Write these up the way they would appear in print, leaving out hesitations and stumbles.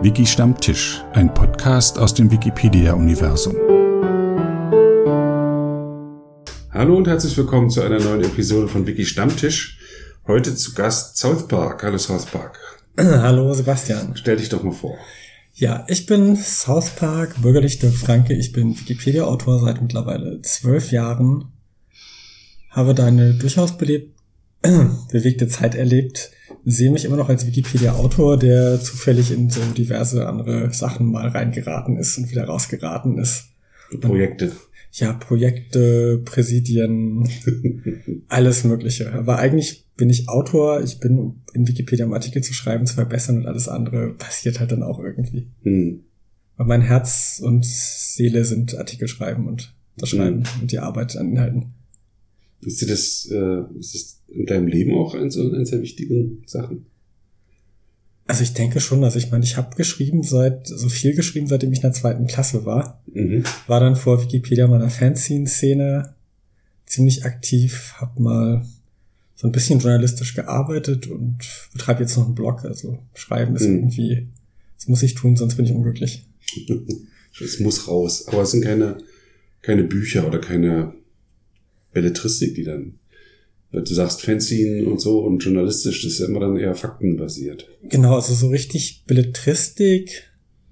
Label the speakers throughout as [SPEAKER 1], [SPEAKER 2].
[SPEAKER 1] Wiki-Stammtisch, ein Podcast aus dem Wikipedia-Universum.
[SPEAKER 2] Hallo und herzlich willkommen zu einer neuen Episode von Wiki-Stammtisch. Heute zu Gast South Park. Hallo South Park.
[SPEAKER 3] Hallo Sebastian.
[SPEAKER 2] Stell dich doch mal vor.
[SPEAKER 3] Ja, ich bin South Park, bürgerlich Dirk Franke. Ich bin Wikipedia-Autor seit mittlerweile 12 Jahren. Habe da eine durchaus bewegte Zeit erlebt. Sehe mich immer noch als Wikipedia-Autor, der zufällig in so diverse andere Sachen mal reingeraten ist und wieder rausgeraten ist.
[SPEAKER 2] Projekte.
[SPEAKER 3] Ja, Projekte, Präsidien, alles Mögliche. Aber eigentlich bin ich Autor. Ich bin in Wikipedia, um Artikel zu schreiben, zu verbessern, und alles andere passiert halt dann auch irgendwie. Weil mein Herz und Seele sind Artikel schreiben und das Schreiben und die Arbeit an Inhalten.
[SPEAKER 2] Ist das in deinem Leben auch eine sehr wichtigen Sachen?
[SPEAKER 3] Also ich denke schon, ich habe viel geschrieben, seitdem ich in der 2. Klasse war. War dann vor Wikipedia meiner Fanzine-Szene ziemlich aktiv, habe mal so ein bisschen journalistisch gearbeitet und betreibe jetzt noch einen Blog. Also schreiben ist irgendwie, das muss ich tun, sonst bin ich unglücklich.
[SPEAKER 2] Es muss raus. Aber es sind keine Bücher oder keine Belletristik, die dann, du sagst Fanzine und so und journalistisch, das ist ja immer dann eher faktenbasiert.
[SPEAKER 3] Genau, also so richtig Belletristik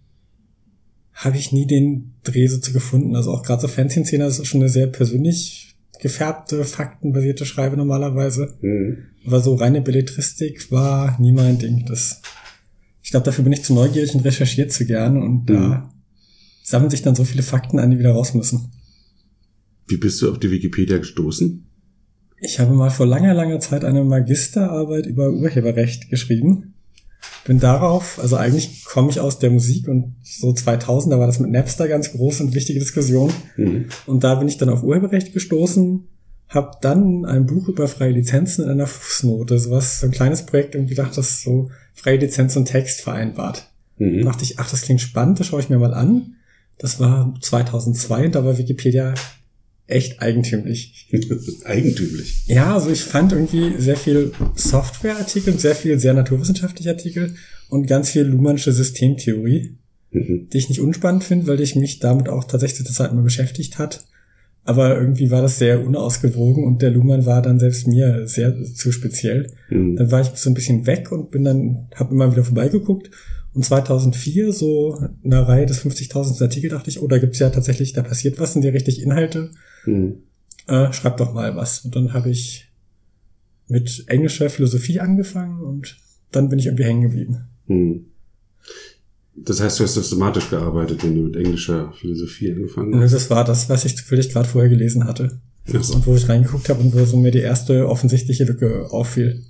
[SPEAKER 3] habe ich nie den Dreh so zu gefunden. Also auch gerade so Fanzine-Szene, das ist schon eine sehr persönlich gefärbte, faktenbasierte Schreibe normalerweise. Aber so reine Belletristik war nie mein Ding. Ich glaube, dafür bin ich zu neugierig und recherchiere zu gern, und da sammeln sich dann so viele Fakten an, die wieder raus müssen.
[SPEAKER 2] Wie bist du auf die Wikipedia gestoßen?
[SPEAKER 3] Ich habe mal vor langer, langer Zeit eine Magisterarbeit über Urheberrecht geschrieben. Bin darauf, also eigentlich komme ich aus der Musik, und so 2000, da war das mit Napster ganz groß und wichtige Diskussion. Und da bin ich dann auf Urheberrecht gestoßen, habe dann ein Buch über freie Lizenzen in einer Fußnote, so ein kleines Projekt, irgendwie dachte, das so freie Lizenz und Text vereinbart. Da dachte ich, das klingt spannend, das schaue ich mir mal an. Das war 2002 und da war Wikipedia echt eigentümlich.
[SPEAKER 2] Eigentümlich?
[SPEAKER 3] Ja, also ich fand irgendwie sehr viel Softwareartikel und sehr naturwissenschaftliche Artikel und ganz viel Luhmannsche Systemtheorie, die ich nicht unspannend finde, weil ich mich damit auch tatsächlich zur Zeit mal beschäftigt hat. Aber irgendwie war das sehr unausgewogen und der Luhmann war dann selbst mir sehr zu speziell. Dann war ich so ein bisschen weg und habe immer wieder vorbeigeguckt. Und 2004, so in der Reihe des 50.000. Artikel, dachte ich, da gibt's ja tatsächlich, da passiert was, sind die richtig Inhalte. Schreib doch mal was. Und dann habe ich mit englischer Philosophie angefangen und dann bin ich irgendwie hängen geblieben.
[SPEAKER 2] Das heißt, du hast systematisch gearbeitet, wenn du mit englischer Philosophie angefangen hast?
[SPEAKER 3] Und das war das, was ich zufällig gerade vorher gelesen hatte.
[SPEAKER 2] So.
[SPEAKER 3] Und wo ich reingeguckt habe und wo so mir die erste offensichtliche Lücke auffiel.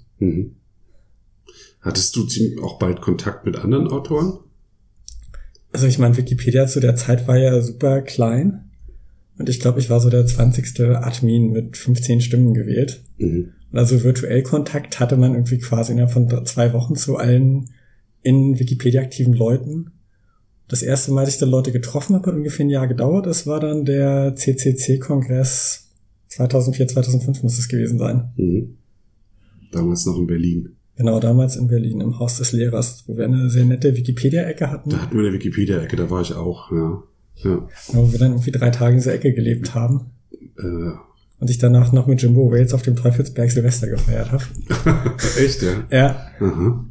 [SPEAKER 2] Hattest du auch bald Kontakt mit anderen Autoren?
[SPEAKER 3] Also ich meine, Wikipedia zu der Zeit war ja super klein. Und ich glaube, ich war so der 20. Admin mit 15 Stimmen gewählt. Und also virtuell Kontakt hatte man irgendwie quasi innerhalb von 2 Wochen zu allen in Wikipedia aktiven Leuten. Das erste Mal, dass ich da Leute getroffen habe, hat ungefähr ein Jahr gedauert. Das war dann der CCC-Kongress 2004, 2005 muss es gewesen sein.
[SPEAKER 2] Damals noch in Berlin.
[SPEAKER 3] Genau, damals in Berlin, im Haus des Lehrers, wo wir eine sehr nette Wikipedia-Ecke hatten.
[SPEAKER 2] Da hatten wir eine Wikipedia-Ecke, da war ich auch, ja.
[SPEAKER 3] Wo wir dann irgendwie 3 Tage in dieser Ecke gelebt haben. Und ich danach noch mit Jimbo Wales auf dem Teufelsberg Silvester gefeiert habe.
[SPEAKER 2] Echt, ja?
[SPEAKER 3] Ja.
[SPEAKER 2] Aha.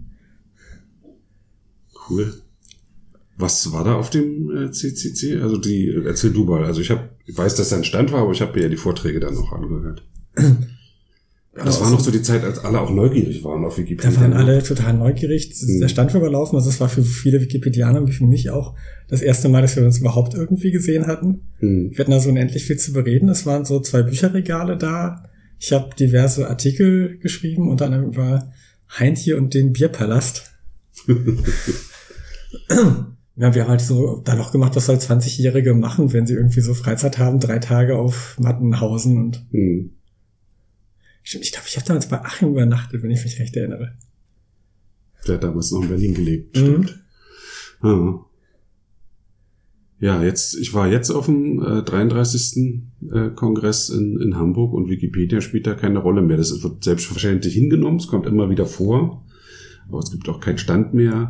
[SPEAKER 2] Cool. Was war da auf dem CCC? Also erzähl du mal. Also ich weiß, dass da ein Stand war, aber ich habe mir ja die Vorträge dann noch angehört. Das war noch so die Zeit, als alle auch neugierig waren auf Wikipedia.
[SPEAKER 3] Da waren alle total neugierig. Der Stand war überlaufen. Also es war für viele Wikipedianer wie für mich auch das erste Mal, dass wir uns überhaupt irgendwie gesehen hatten. Wir hatten da so unendlich viel zu bereden. Es waren so 2 Bücherregale da. Ich habe diverse Artikel geschrieben, unter anderem über Heintje und den Bierpalast. Ja, wir haben halt so da noch gemacht, was halt 20-Jährige machen, wenn sie irgendwie so Freizeit haben, 3 Tage auf Mattenhausen und Stimmt, ich glaube, ich habe damals bei Achim übernachtet, wenn ich mich recht erinnere.
[SPEAKER 2] Der hat damals noch in Berlin gelebt, stimmt. Ja, ich war jetzt auf dem 33. Kongress in Hamburg und Wikipedia spielt da keine Rolle mehr. Das wird selbstverständlich hingenommen, es kommt immer wieder vor, aber es gibt auch keinen Stand mehr.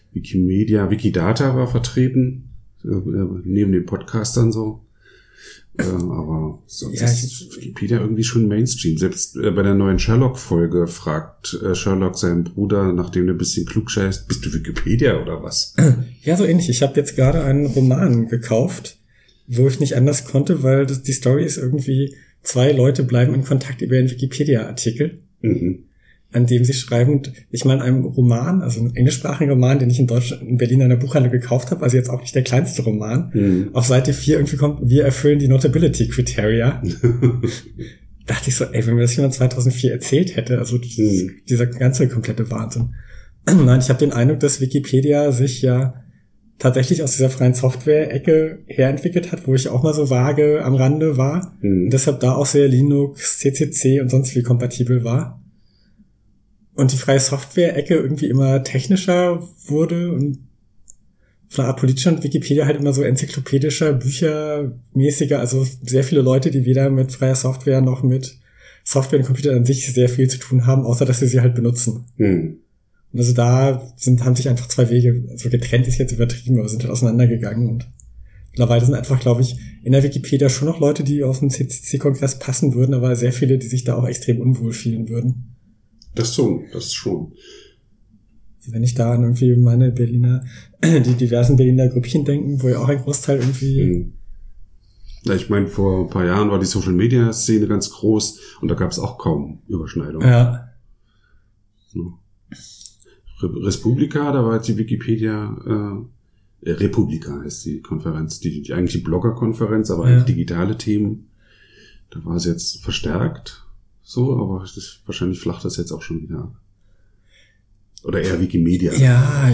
[SPEAKER 2] Wikimedia, Wikidata war vertreten, neben den Podcastern so. Aber sonst ist Wikipedia irgendwie schon Mainstream. Selbst bei der neuen Sherlock-Folge fragt Sherlock seinen Bruder, nachdem er ein bisschen klug scheißt, bist du Wikipedia oder was?
[SPEAKER 3] Ja, so ähnlich. Ich habe jetzt gerade einen Roman gekauft, wo ich nicht anders konnte, weil die Story ist irgendwie, 2 Leute bleiben in Kontakt über einen Wikipedia-Artikel, an dem sie schreiben. Und ich meine, einem Roman, also einen englischsprachigen Roman, den ich in Berlin an der Buchhandlung gekauft habe, also jetzt auch nicht der kleinste Roman, auf Seite 4 irgendwie kommt, wir erfüllen die Notability Criteria. Dachte ich so, ey, wenn mir das jemand 2004 erzählt hätte, also dieser ganze komplette Wahnsinn. Nein, ich habe den Eindruck, dass Wikipedia sich ja tatsächlich aus dieser freien Software-Ecke herentwickelt hat, wo ich auch mal so vage am Rande war. Und deshalb da auch sehr Linux, CCC und sonst wie kompatibel war. Und die freie Software-Ecke irgendwie immer technischer wurde und von der Art politischer und Wikipedia halt immer so enzyklopädischer, büchermäßiger, also sehr viele Leute, die weder mit freier Software noch mit Software und Computer an sich sehr viel zu tun haben, außer dass sie halt benutzen. Und also da haben sich einfach 2 Wege, also getrennt ist jetzt übertrieben, aber sind halt auseinandergegangen und mittlerweile sind einfach, glaube ich, in der Wikipedia schon noch Leute, die auf den CCC-Kongress passen würden, aber sehr viele, die sich da auch extrem unwohl fühlen würden.
[SPEAKER 2] Das schon. Also
[SPEAKER 3] wenn ich da an irgendwie meine die diversen Berliner Grüppchen denken, wo ja auch ein Großteil irgendwie...
[SPEAKER 2] Ja, ich meine, vor ein paar Jahren war die Social-Media-Szene ganz groß und da gab es auch kaum Überschneidungen.
[SPEAKER 3] Ja.
[SPEAKER 2] So. Respublika, da war jetzt die Wikipedia, Republika heißt die Konferenz, die eigentlich die Blogger-Konferenz, aber eigentlich digitale Themen. Da war es jetzt verstärkt. So, aber wahrscheinlich flacht das jetzt auch schon wieder ab. Oder eher Wikimedia.
[SPEAKER 3] Ja,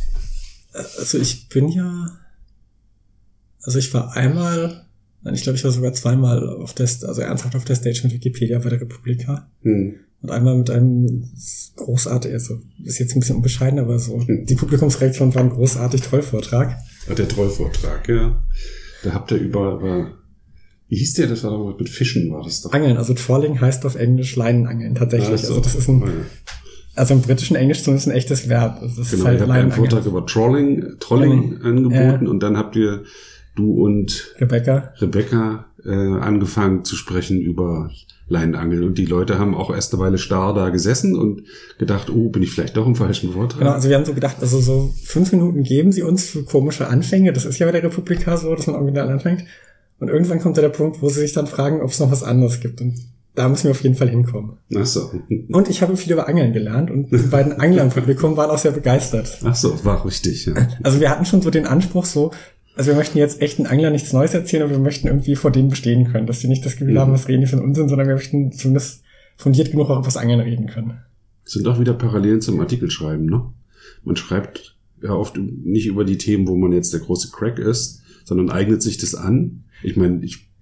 [SPEAKER 3] ich war einmal, ich glaube, ich war sogar zweimal ernsthaft auf der Stage mit Wikipedia bei der Republika. Und einmal mit einem großartig, also ist jetzt ein bisschen unbescheiden, aber so, die Publikumsreaktion war ein großartig Trollvortrag.
[SPEAKER 2] Der Trollvortrag, ja. Da habt ihr über wie hieß der? Das war doch mit Fischen, war das doch.
[SPEAKER 3] Angeln, also Trolling heißt auf Englisch Leinenangeln, tatsächlich. Also das ist also im britischen Englisch zumindest ein echtes Verb. Also das ist halt
[SPEAKER 2] ihr habt einen Vortrag über Trolling angeboten und dann habt du und Rebecca angefangen zu sprechen über Leinenangeln und die Leute haben auch erst eine Weile starr da gesessen und gedacht, bin ich vielleicht doch im falschen Vortrag?
[SPEAKER 3] Genau, also wir haben so gedacht, also so 5 Minuten geben sie uns für komische Anfänge, das ist ja bei der Republika so, dass man original anfängt. Und irgendwann kommt der Punkt, wo sie sich dann fragen, ob es noch was anderes gibt. Und da müssen wir auf jeden Fall hinkommen.
[SPEAKER 2] Ach so.
[SPEAKER 3] Und ich habe viel über Angeln gelernt und die beiden Angler im Publikum waren auch sehr begeistert.
[SPEAKER 2] Ach so, war richtig, ja.
[SPEAKER 3] Also wir hatten schon so den Anspruch also wir möchten jetzt echten Anglern nichts Neues erzählen, aber wir möchten irgendwie vor denen bestehen können, dass sie nicht das Gefühl haben, was reden die für einen Unsinn, sondern wir möchten zumindest fundiert genug auch über das Angeln reden können.
[SPEAKER 2] Das sind auch wieder Parallelen zum Artikelschreiben, ne? Man schreibt ja oft nicht über die Themen, wo man jetzt der große Crack ist, sondern eignet sich das an. Ich meine,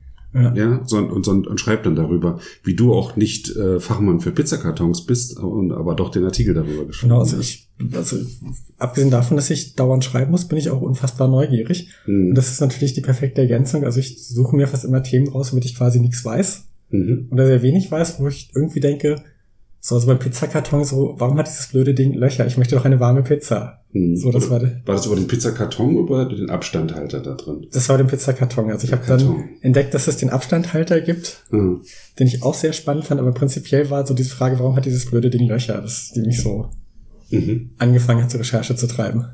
[SPEAKER 2] und schreibt dann darüber, wie du auch nicht Fachmann für Pizzakartons bist, aber doch den Artikel darüber geschrieben.
[SPEAKER 3] Genau, also abgesehen davon, dass ich dauernd schreiben muss, bin ich auch unfassbar neugierig. Und das ist natürlich die perfekte Ergänzung. Also ich suche mir fast immer Themen raus, womit ich quasi nichts weiß. Oder sehr wenig weiß, wo ich irgendwie denke, also beim Pizzakarton warum hat dieses blöde Ding Löcher? Ich möchte doch eine warme Pizza.
[SPEAKER 2] War das über den Pizzakarton oder den Abstandhalter da drin?
[SPEAKER 3] Das war den Pizzakarton. Also ich habe dann entdeckt, dass es den Abstandhalter gibt, den ich auch sehr spannend fand, aber prinzipiell war so diese Frage, warum hat dieses blöde Ding Löcher, die mich so angefangen hat, zur Recherche zu treiben.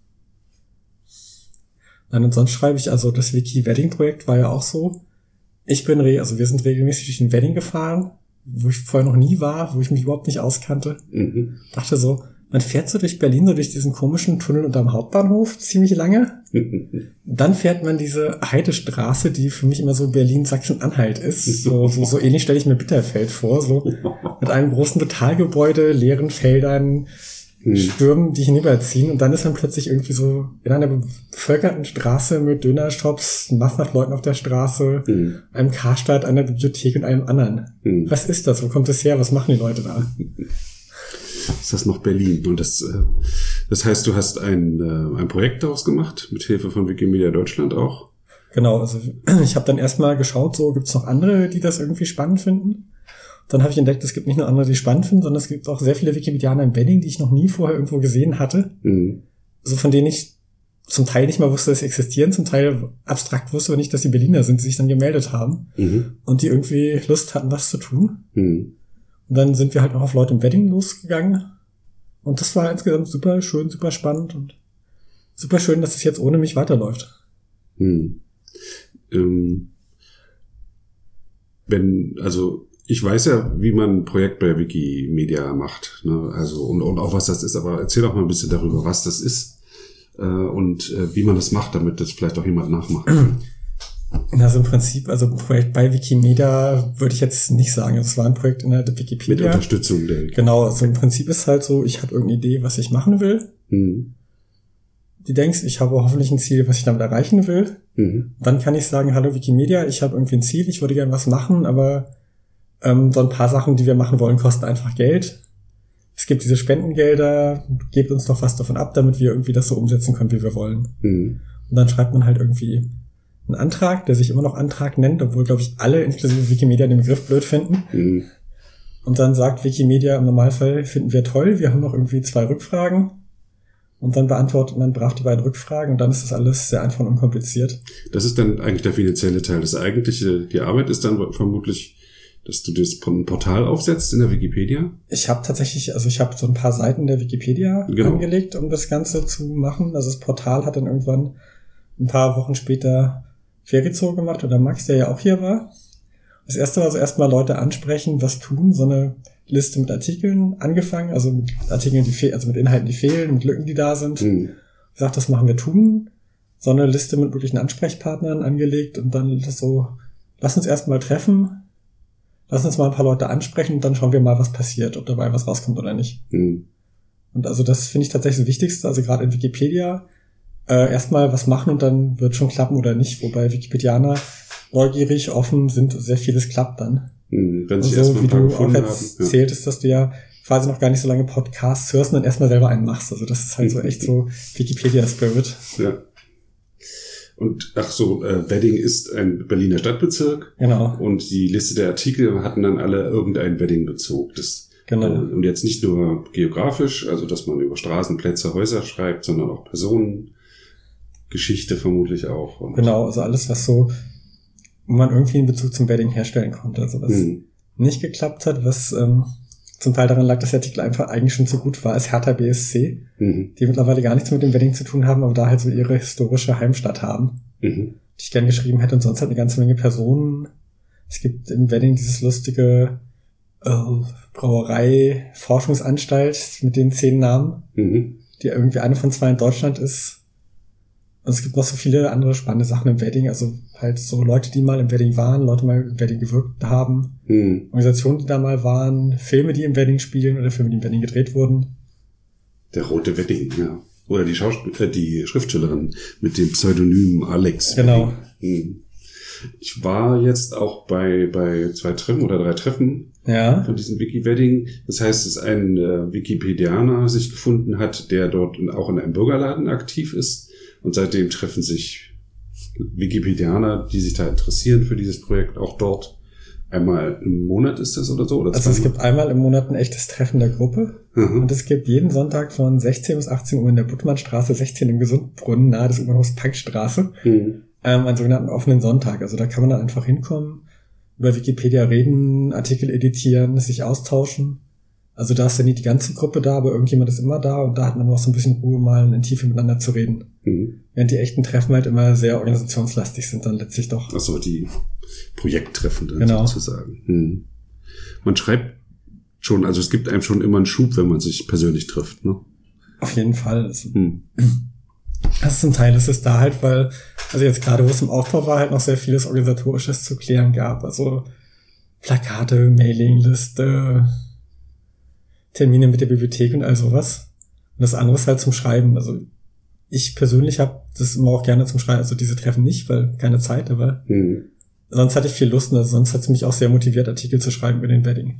[SPEAKER 3] Und sonst schreibe ich, also das Wiki-Wedding-Projekt war ja auch so. Wir sind regelmäßig durch ein Wedding gefahren, wo ich vorher noch nie war, wo ich mich überhaupt nicht auskannte. Dachte so, man fährt so durch Berlin, so durch diesen komischen Tunnel unterm Hauptbahnhof ziemlich lange. Dann fährt man diese Heidestraße, die für mich immer so Berlin-Sachsen-Anhalt ist. So ähnlich stelle ich mir Bitterfeld vor, so mit einem großen Totalgebäude, leeren Feldern, Stürmen, die hinüberziehen. Und dann ist man plötzlich irgendwie so in einer bevölkerten Straße mit Dönershops, massenhaft Leuten auf der Straße, einem Karstadt, einer Bibliothek und einem anderen. Was ist das? Wo kommt das her? Was machen die Leute da?
[SPEAKER 2] Ist das noch Berlin? Und das heißt, du hast ein Projekt daraus gemacht, mit Hilfe von Wikimedia Deutschland auch?
[SPEAKER 3] Genau, also ich habe dann erstmal geschaut, gibt es noch andere, die das irgendwie spannend finden? Dann habe ich entdeckt, es gibt nicht nur andere, die spannend finden, sondern es gibt auch sehr viele Wikimedianer im Wedding, die ich noch nie vorher irgendwo gesehen hatte. so von denen ich zum Teil nicht mal wusste, dass sie existieren, zum Teil abstrakt wusste, aber nicht, dass sie Berliner sind, die sich dann gemeldet haben und die irgendwie Lust hatten, was zu tun. Und dann sind wir halt noch auf Leute im Wedding losgegangen und das war insgesamt super schön, super spannend und super schön, dass es jetzt ohne mich weiterläuft.
[SPEAKER 2] Ich weiß ja, wie man ein Projekt bei Wikimedia macht, ne? Also und auch was das ist, aber erzähl doch mal ein bisschen darüber, was das ist und wie man das macht, damit das vielleicht auch jemand nachmacht.
[SPEAKER 3] Also im Prinzip, also ein Projekt bei Wikimedia würde ich jetzt nicht sagen. Es war ein Projekt innerhalb der Wikipedia.
[SPEAKER 2] Mit Unterstützung der Wikipedia.
[SPEAKER 3] Genau, also im Prinzip ist halt so, ich habe irgendeine Idee, was ich machen will. Du denkst, ich habe hoffentlich ein Ziel, was ich damit erreichen will. Dann kann ich sagen, hallo Wikimedia, ich habe irgendwie ein Ziel, ich würde gerne was machen, aber so ein paar Sachen, die wir machen wollen, kosten einfach Geld. Es gibt diese Spendengelder, gebt uns doch was davon ab, damit wir irgendwie das so umsetzen können, wie wir wollen. Und dann schreibt man halt irgendwie einen Antrag, der sich immer noch Antrag nennt, obwohl, glaube ich, alle, inklusive Wikimedia, den Begriff blöd finden. Und dann sagt Wikimedia, im Normalfall finden wir toll, wir haben noch irgendwie 2 Rückfragen. Und dann beantwortet man brav die beiden Rückfragen und dann ist das alles sehr einfach und unkompliziert.
[SPEAKER 2] Das ist dann eigentlich der finanzielle Teil. Die Arbeit ist dann vermutlich, dass du das Portal aufsetzt in der Wikipedia?
[SPEAKER 3] Ich habe so ein paar Seiten der Wikipedia angelegt, um das Ganze zu machen. Also das Portal hat dann irgendwann ein paar Wochen später Ferizo gemacht oder Max, der ja auch hier war. Das erste war so erstmal Leute ansprechen, was tun, so eine Liste mit Artikeln angefangen, also mit Artikeln, also mit Inhalten, die fehlen, mit Lücken, die da sind. Gesagt, das machen wir tun. So eine Liste mit möglichen Ansprechpartnern angelegt und dann das so, lass uns erstmal treffen, lass uns mal ein paar Leute ansprechen und dann schauen wir mal, was passiert, ob dabei was rauskommt oder nicht. Und also das finde ich tatsächlich das Wichtigste, also gerade in Wikipedia, erstmal was machen und dann wird schon klappen oder nicht, wobei Wikipedianer neugierig, offen sind, sehr vieles klappt dann.
[SPEAKER 2] Wenn sie
[SPEAKER 3] so wie du auch erzähltest, dass du ja quasi noch gar nicht so lange Podcasts hörst und dann erstmal selber einen machst. Also das ist halt so echt so Wikipedia-Spirit.
[SPEAKER 2] Ja. Und Wedding ist ein Berliner Stadtbezirk.
[SPEAKER 3] Genau.
[SPEAKER 2] Und die Liste der Artikel hatten dann alle irgendeinen Wedding-Bezug.
[SPEAKER 3] Genau.
[SPEAKER 2] Und jetzt nicht nur geografisch, also dass man über Straßen, Plätze, Häuser schreibt, sondern auch Personen, Geschichte vermutlich auch. Und
[SPEAKER 3] genau, also alles, was so, wo man irgendwie einen Bezug zum Wedding herstellen konnte. Also was nicht geklappt hat, was zum Teil daran lag, dass der Artikel einfach eigentlich schon zu gut war, ist Hertha BSC, die mittlerweile gar nichts mit dem Wedding zu tun haben, aber da halt so ihre historische Heimstatt haben, die ich gern geschrieben hätte und sonst halt eine ganze Menge Personen. Es gibt im Wedding dieses lustige Brauerei Forschungsanstalt mit den 10 Namen, die irgendwie eine von 2 in Deutschland ist. Und es gibt noch so viele andere spannende Sachen im Wedding, also halt so Leute, die mal im Wedding waren, Leute mal im Wedding gewirkt haben, Organisationen, die da mal waren, Filme, die im Wedding spielen oder Filme, die im Wedding gedreht wurden.
[SPEAKER 2] Der rote Wedding, ja. Oder die Schriftstellerin mit dem Pseudonym Alex.
[SPEAKER 3] Genau.
[SPEAKER 2] Ich war jetzt auch bei 2 Treffen oder 3 Treffen von diesem Wiki-Wedding. Das heißt, dass ein Wikipedianer sich gefunden hat, der dort auch in einem Bürgerladen aktiv ist. Und seitdem treffen sich Wikipedianer, die sich da interessieren für dieses Projekt, auch dort. Einmal im Monat ist das oder so? Oder
[SPEAKER 3] also es gibt einmal im Monat ein echtes Treffen der Gruppe. Und es gibt jeden Sonntag von 16 bis 18 Uhr in der Buttmannstraße 16 im Gesundbrunnen, nahe des U-Bahnhofs Pankstraße, einen sogenannten offenen Sonntag. Also da kann man dann einfach hinkommen, über Wikipedia reden, Artikel editieren, sich austauschen. Also da ist dann nicht die ganze Gruppe da, aber irgendjemand ist immer da und da hat man noch so ein bisschen Ruhe, mal in Tiefe miteinander zu reden. Während die echten Treffen halt immer sehr organisationslastig sind dann letztlich doch.
[SPEAKER 2] Ach so, die Projekttreffen dann sozusagen. Man schreibt schon, also es gibt einem schon immer einen Schub, wenn man sich persönlich trifft, ne?
[SPEAKER 3] Auf jeden Fall. Also, das ist ein Teil, das ist da halt, weil, also jetzt gerade, wo es im Aufbau war, halt noch sehr vieles Organisatorisches zu klären gab. Also Plakate, Mailingliste, Termine mit der Bibliothek und all sowas. Und das andere ist halt zum Schreiben. Also ich persönlich habe das immer auch gerne zum Schreiben, also diese Treffen nicht, weil keine Zeit, aber sonst hatte ich viel Lust und also sonst hat es mich auch sehr motiviert, Artikel zu schreiben über den Wedding.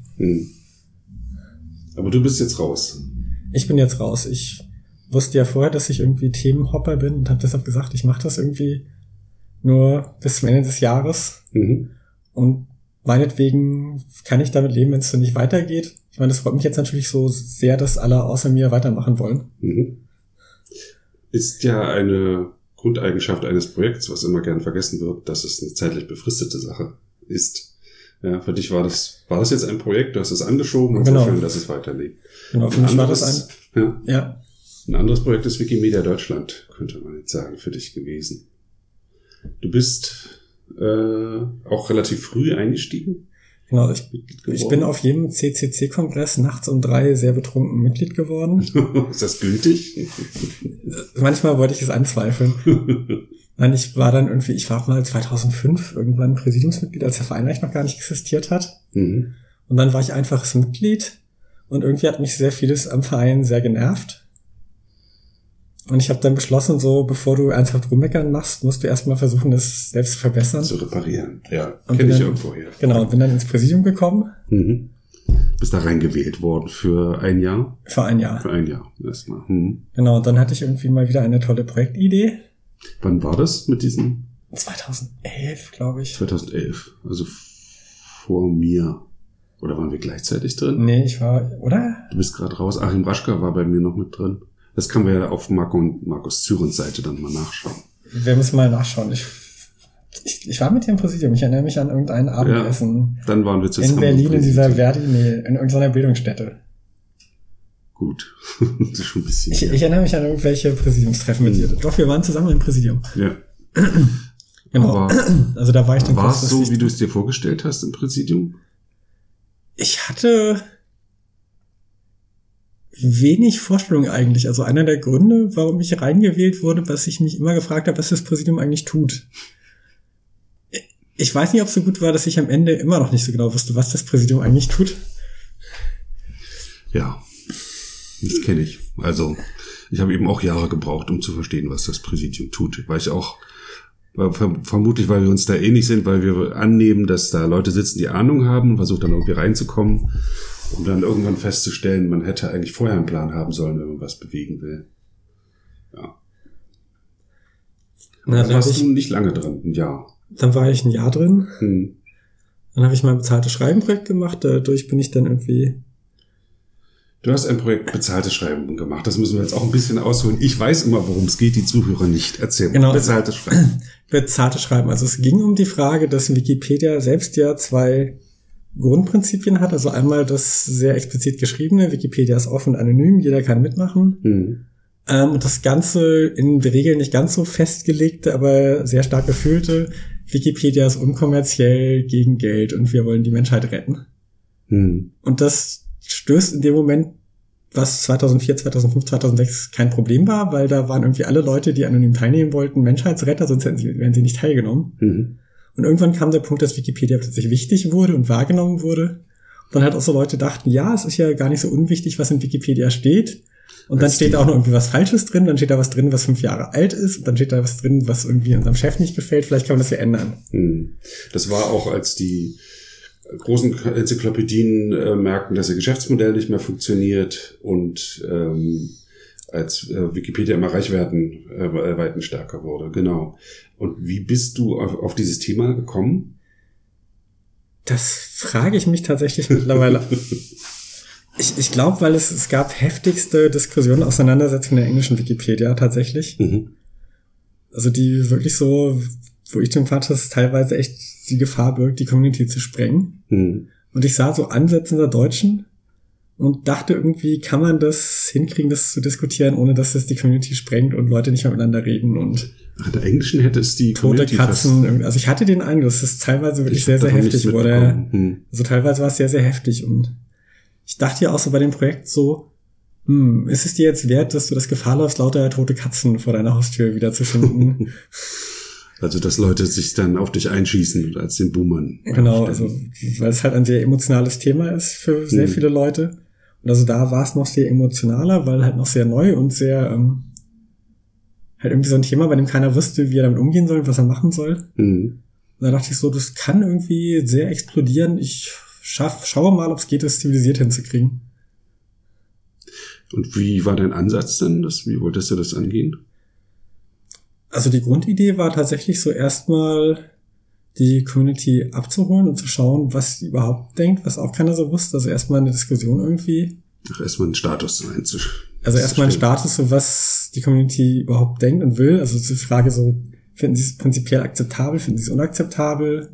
[SPEAKER 2] Aber du bist jetzt raus.
[SPEAKER 3] Ich bin jetzt raus. Ich wusste ja vorher, dass ich irgendwie Themenhopper bin und habe deshalb gesagt, ich mache das irgendwie nur bis zum Ende des Jahres. Und meinetwegen kann ich damit leben, wenn es so nicht weitergeht. Ich meine, das freut mich jetzt natürlich so sehr, dass alle außer mir weitermachen wollen.
[SPEAKER 2] ist ja eine Grundeigenschaft eines Projekts, was immer gern vergessen wird, dass es eine zeitlich befristete Sache ist. Ja, für dich war das jetzt ein Projekt, du hast es angeschoben und so schön, dass es weiterlebt.
[SPEAKER 3] Genau, für mich war das
[SPEAKER 2] ja. Ein anderes Projekt ist Wikimedia Deutschland, könnte man jetzt sagen, für dich gewesen. Du bist auch relativ früh eingestiegen.
[SPEAKER 3] Genau, ich bin auf jedem CCC-Kongress nachts um 3 sehr betrunken Mitglied geworden.
[SPEAKER 2] Ist das gültig?
[SPEAKER 3] Manchmal wollte ich es anzweifeln. Nein, ich war mal 2005 irgendwann Präsidiumsmitglied, als der Verein eigentlich noch gar nicht existiert hat. Mhm. Und dann war ich einfaches Mitglied und irgendwie hat mich sehr vieles am Verein sehr genervt. Und ich habe dann beschlossen, so, bevor du ernsthaft rummeckern machst, musst du erstmal versuchen, das selbst zu verbessern.
[SPEAKER 2] Zu reparieren, ja. Kenne ich irgendwo her.
[SPEAKER 3] Genau, und bin dann ins Präsidium gekommen.
[SPEAKER 2] Mhm. Bist da reingewählt worden für ein Jahr?
[SPEAKER 3] Für ein Jahr.
[SPEAKER 2] Für ein Jahr, erstmal. Mhm.
[SPEAKER 3] Genau, und dann hatte ich irgendwie mal wieder eine tolle Projektidee.
[SPEAKER 2] Wann war das mit diesem?
[SPEAKER 3] 2011, glaube ich.
[SPEAKER 2] 2011, also vor mir. Oder waren wir gleichzeitig drin?
[SPEAKER 3] Nee, oder?
[SPEAKER 2] Du bist gerade raus. Achim Raschka war bei mir noch mit drin. Das kann man ja auf Markus Zürens Seite dann mal nachschauen.
[SPEAKER 3] Wir müssen mal nachschauen. Ich war mit dir im Präsidium. Ich erinnere mich an irgendein Abendessen.
[SPEAKER 2] Ja, dann waren wir zusammen.
[SPEAKER 3] In Berlin in dieser in irgendeiner Bildungsstätte.
[SPEAKER 2] Gut. Das ist schon ein bisschen.
[SPEAKER 3] Ich erinnere mich an irgendwelche Präsidiumstreffen mit dir. Doch, wir waren zusammen im Präsidium.
[SPEAKER 2] Ja.
[SPEAKER 3] Genau. Aber also da war ich dann.
[SPEAKER 2] War es so, wie du es dir vorgestellt hast im Präsidium?
[SPEAKER 3] Ich hatte wenig Vorstellung eigentlich. Also einer der Gründe, warum ich reingewählt wurde, was ich mich immer gefragt habe, was das Präsidium eigentlich tut. Ich weiß nicht, ob es so gut war, dass ich am Ende immer noch nicht so genau wusste, was das Präsidium eigentlich tut.
[SPEAKER 2] Ja, das kenne ich. Also ich habe eben auch Jahre gebraucht, um zu verstehen, was das Präsidium tut. Weil ich auch, vermutlich, weil wir uns da ähnlich sind, weil wir annehmen, dass da Leute sitzen, die Ahnung haben und versuchen dann irgendwie reinzukommen. Um dann irgendwann festzustellen, man hätte eigentlich vorher einen Plan haben sollen, wenn man was bewegen will. Ja. Da warst du nicht lange drin, ein Jahr.
[SPEAKER 3] Dann war ich ein Jahr drin. Dann habe ich mein bezahltes Schreiben-Projekt gemacht. Dadurch bin ich dann irgendwie...
[SPEAKER 2] Du hast ein Projekt bezahltes Schreiben gemacht. Das müssen wir jetzt auch ein bisschen ausholen. Ich weiß immer, worum es geht, die Zuhörer nicht. Erzähl mal.
[SPEAKER 3] Genau.
[SPEAKER 2] Bezahltes Schreiben.
[SPEAKER 3] Bezahltes Schreiben. Also es ging um die Frage, dass Wikipedia selbst ja 2 Grundprinzipien hat, also einmal das sehr explizit geschriebene, Wikipedia ist offen und anonym, jeder kann mitmachen. Und das Ganze in der Regel nicht ganz so festgelegte, aber sehr stark gefühlte, Wikipedia ist unkommerziell, gegen Geld und wir wollen die Menschheit retten. Und das stößt in dem Moment, was 2004, 2005, 2006 kein Problem war, weil da waren irgendwie alle Leute, die anonym teilnehmen wollten, Menschheitsretter, sonst wären sie nicht teilgenommen. Und irgendwann kam der Punkt, dass Wikipedia plötzlich wichtig wurde und wahrgenommen wurde. Und dann halt auch so Leute dachten, ja, es ist ja gar nicht so unwichtig, was in Wikipedia steht. Und dann steht da auch noch irgendwie was Falsches drin, dann steht da was drin, was 5 Jahre alt ist, und dann steht da was drin, was irgendwie unserem Chef nicht gefällt. Vielleicht kann man das ja ändern.
[SPEAKER 2] Das war auch, als die großen Enzyklopädien merkten, dass ihr Geschäftsmodell nicht mehr funktioniert und als Wikipedia immer Reichweiten stärker wurde. Genau. Und wie bist du auf dieses Thema gekommen?
[SPEAKER 3] Das frage ich mich tatsächlich mittlerweile. Ich glaube, weil es gab heftigste Diskussionen, Auseinandersetzungen der englischen Wikipedia tatsächlich. Also die wirklich so, wo ich den fand, dass teilweise echt die Gefahr birgt, die Community zu sprengen. Und ich sah so Ansätze in der Deutschen und dachte irgendwie, kann man das hinkriegen, das zu diskutieren, ohne dass es die Community sprengt und Leute nicht mehr miteinander reden und
[SPEAKER 2] in der Englischen hätte es die
[SPEAKER 3] tote Katzen. Also ich hatte den Eindruck, dass es teilweise wirklich sehr, sehr heftig wurde. Also teilweise war es sehr, sehr heftig und ich dachte ja auch so bei dem Projekt so, ist es dir jetzt wert, dass du das Gefahr läufst, lauter tote Katzen vor deiner Haustür wiederzufinden?
[SPEAKER 2] Also, dass Leute sich dann auf dich einschießen als den Boomern.
[SPEAKER 3] Genau, also, weil es halt ein sehr emotionales Thema ist für sehr viele Leute. Und also da war es noch sehr emotionaler, weil halt noch sehr neu und sehr, halt irgendwie so ein Thema, bei dem keiner wusste, wie er damit umgehen soll, was er machen soll. Und da dachte ich so, das kann irgendwie sehr explodieren. Ich schaue mal, ob es geht, das zivilisiert hinzukriegen.
[SPEAKER 2] Und wie war dein Ansatz denn? Wie wolltest du das angehen?
[SPEAKER 3] Also die Grundidee war tatsächlich so erstmal die Community abzuholen und zu schauen, was sie überhaupt denkt, was auch keiner so wusste. Also erstmal eine Diskussion irgendwie.
[SPEAKER 2] Erstmal einen Status
[SPEAKER 3] Also erstmal ein Status, so was die Community überhaupt denkt und will. Also die Frage so, finden Sie es prinzipiell akzeptabel, finden Sie es unakzeptabel?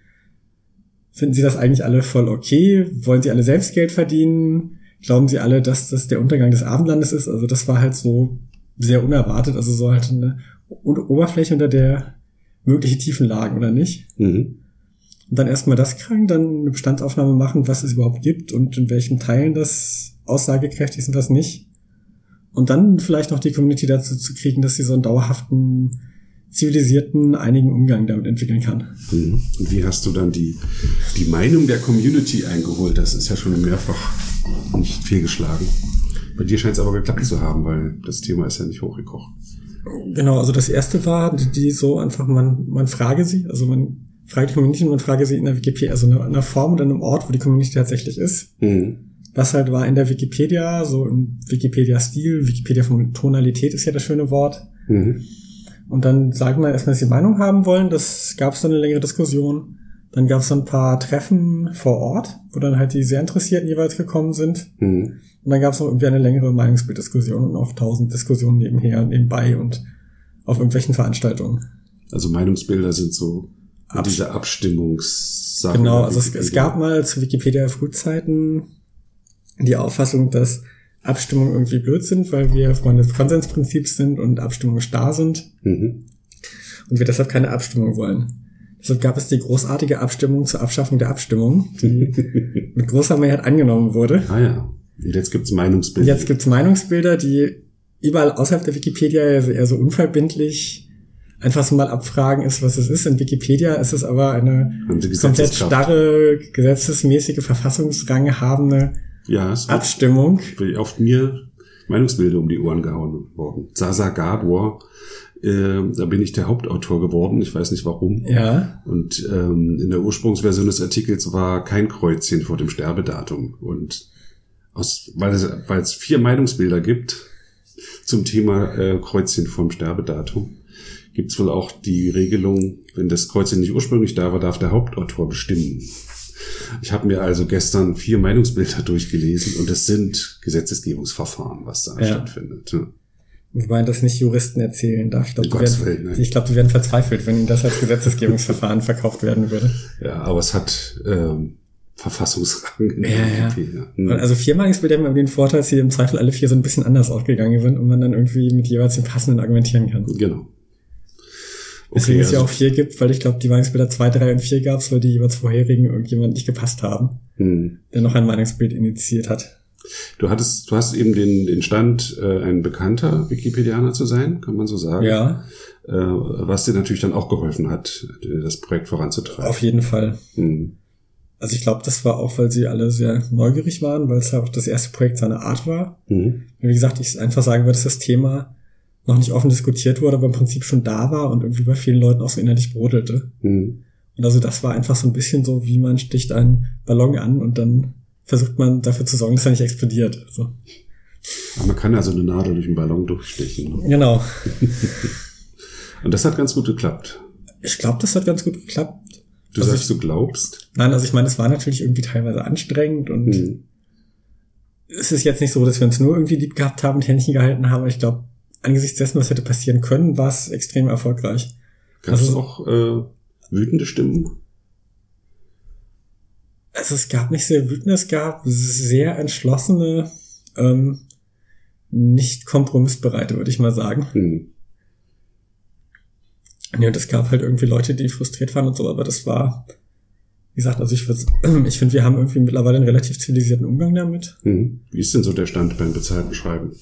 [SPEAKER 3] Finden Sie das eigentlich alle voll okay? Wollen Sie alle selbst Geld verdienen? Glauben Sie alle, dass das der Untergang des Abendlandes ist? Also das war halt so sehr unerwartet, also so halt eine Oberfläche, unter der mögliche Tiefen lagen, oder nicht? Und dann erstmal das kriegen, dann eine Bestandsaufnahme machen, was es überhaupt gibt und in welchen Teilen das aussagekräftig ist und was nicht. Und dann vielleicht noch die Community dazu zu kriegen, dass sie so einen dauerhaften, zivilisierten, einigen Umgang damit entwickeln kann.
[SPEAKER 2] Und wie hast du dann die Meinung der Community eingeholt? Das ist ja schon mehrfach nicht fehlgeschlagen. Bei dir scheint es aber geklappt zu haben, weil das Thema ist ja nicht hochgekocht.
[SPEAKER 3] Genau, also das erste war, die so einfach, man frage sie, also man fragt die Community und man frage sie in der Wikipedia, also in einer Form oder in einem Ort, wo die Community tatsächlich ist. Was halt war in der Wikipedia, so im Wikipedia-Stil, Wikipedia von Tonalität ist ja das schöne Wort. Und dann sagen wir erstmal, dass sie Meinung haben wollen, das gab es dann eine längere Diskussion. Dann gab es so ein paar Treffen vor Ort, wo dann halt die sehr Interessierten jeweils gekommen sind. Und dann gab es noch irgendwie eine längere Meinungsbilddiskussion und auch 1000 Diskussionen nebenher und nebenbei und auf irgendwelchen Veranstaltungen.
[SPEAKER 2] Also Meinungsbilder sind so diese Abstimmungssachen.
[SPEAKER 3] Genau, also es gab mal zu Wikipedia-Frühzeiten die Auffassung, dass Abstimmungen irgendwie blöd sind, weil wir Freunde des Konsensprinzips sind und Abstimmungen starr sind. Und wir deshalb keine Abstimmung wollen. Deshalb gab es die großartige Abstimmung zur Abschaffung der Abstimmung, die mit großer Mehrheit angenommen wurde.
[SPEAKER 2] Ah ja, und jetzt gibt's Meinungsbilder.
[SPEAKER 3] Jetzt gibt's Meinungsbilder, die überall außerhalb der Wikipedia eher so unverbindlich einfach so mal abfragen ist, was es ist. In Wikipedia ist es aber eine komplett starre, gesetzesmäßige, verfassungsranghabende Abstimmung.
[SPEAKER 2] Auf mir Meinungsbilder um die Ohren gehauen worden. Sasa Gabor, da bin ich der Hauptautor geworden. Ich weiß nicht warum.
[SPEAKER 3] Ja.
[SPEAKER 2] Und in der Ursprungsversion des Artikels war kein Kreuzchen vor dem Sterbedatum. Und weil es 4 Meinungsbilder gibt zum Thema Kreuzchen vorm Sterbedatum, gibt es wohl auch die Regelung, wenn das Kreuzchen nicht ursprünglich da war, darf der Hauptautor bestimmen. Ich habe mir also gestern 4 Meinungsbilder durchgelesen und es sind Gesetzgebungsverfahren, was da stattfindet. Ja.
[SPEAKER 3] Wobei das nicht Juristen erzählen darf. Ich glaube, die werden verzweifelt, wenn ihnen das als Gesetzgebungsverfahren verkauft werden würde.
[SPEAKER 2] Ja, aber es hat Verfassungsrang in der Wikipedia.
[SPEAKER 3] Also 4 Meinungsbilder haben den Vorteil, dass sie im Zweifel alle 4 so ein bisschen anders ausgegangen sind und man dann irgendwie mit jeweils dem passenden argumentieren kann.
[SPEAKER 2] Genau.
[SPEAKER 3] Deswegen es ja auch 4 gibt, weil ich glaube, die Meinungsbilder 2, 3 und 4 gab es, weil die jeweils vorherigen irgendjemand nicht gepasst haben, der noch ein Meinungsbild initiiert hat.
[SPEAKER 2] Du hast eben den Stand, ein bekannter Wikipedianer zu sein, kann man so sagen.
[SPEAKER 3] Ja.
[SPEAKER 2] Was dir natürlich dann auch geholfen hat, das Projekt voranzutreiben.
[SPEAKER 3] Auf jeden Fall. Also ich glaube, das war auch, weil sie alle sehr neugierig waren, weil es ja auch das erste Projekt seiner Art war. Wie gesagt, ich einfach sagen würde, dass das Thema noch nicht offen diskutiert wurde, aber im Prinzip schon da war und irgendwie bei vielen Leuten auch so innerlich brodelte. Und also das war einfach so ein bisschen so, wie man sticht einen Ballon an und dann versucht man dafür zu sorgen, dass er nicht explodiert. So.
[SPEAKER 2] Aber man kann also eine Nadel durch einen Ballon durchstechen. Ne?
[SPEAKER 3] Genau.
[SPEAKER 2] Und das hat ganz gut geklappt.
[SPEAKER 3] Ich glaube, das hat ganz gut geklappt.
[SPEAKER 2] Du sagst, du glaubst?
[SPEAKER 3] Nein, also ich meine, es war natürlich irgendwie teilweise anstrengend und es ist jetzt nicht so, dass wir uns nur irgendwie lieb gehabt haben und Händchen gehalten haben. Ich glaube, angesichts dessen, was hätte passieren können, war es extrem erfolgreich.
[SPEAKER 2] Gab es auch wütende Stimmen?
[SPEAKER 3] Also es gab nicht sehr wütende, es gab sehr entschlossene, nicht kompromissbereite, würde ich mal sagen. Ja, und es gab halt irgendwie Leute, die frustriert waren und so, aber das war, wie gesagt, also ich finde, wir haben irgendwie mittlerweile einen relativ zivilisierten Umgang damit.
[SPEAKER 2] Wie ist denn so der Stand beim bezahlten Schreiben?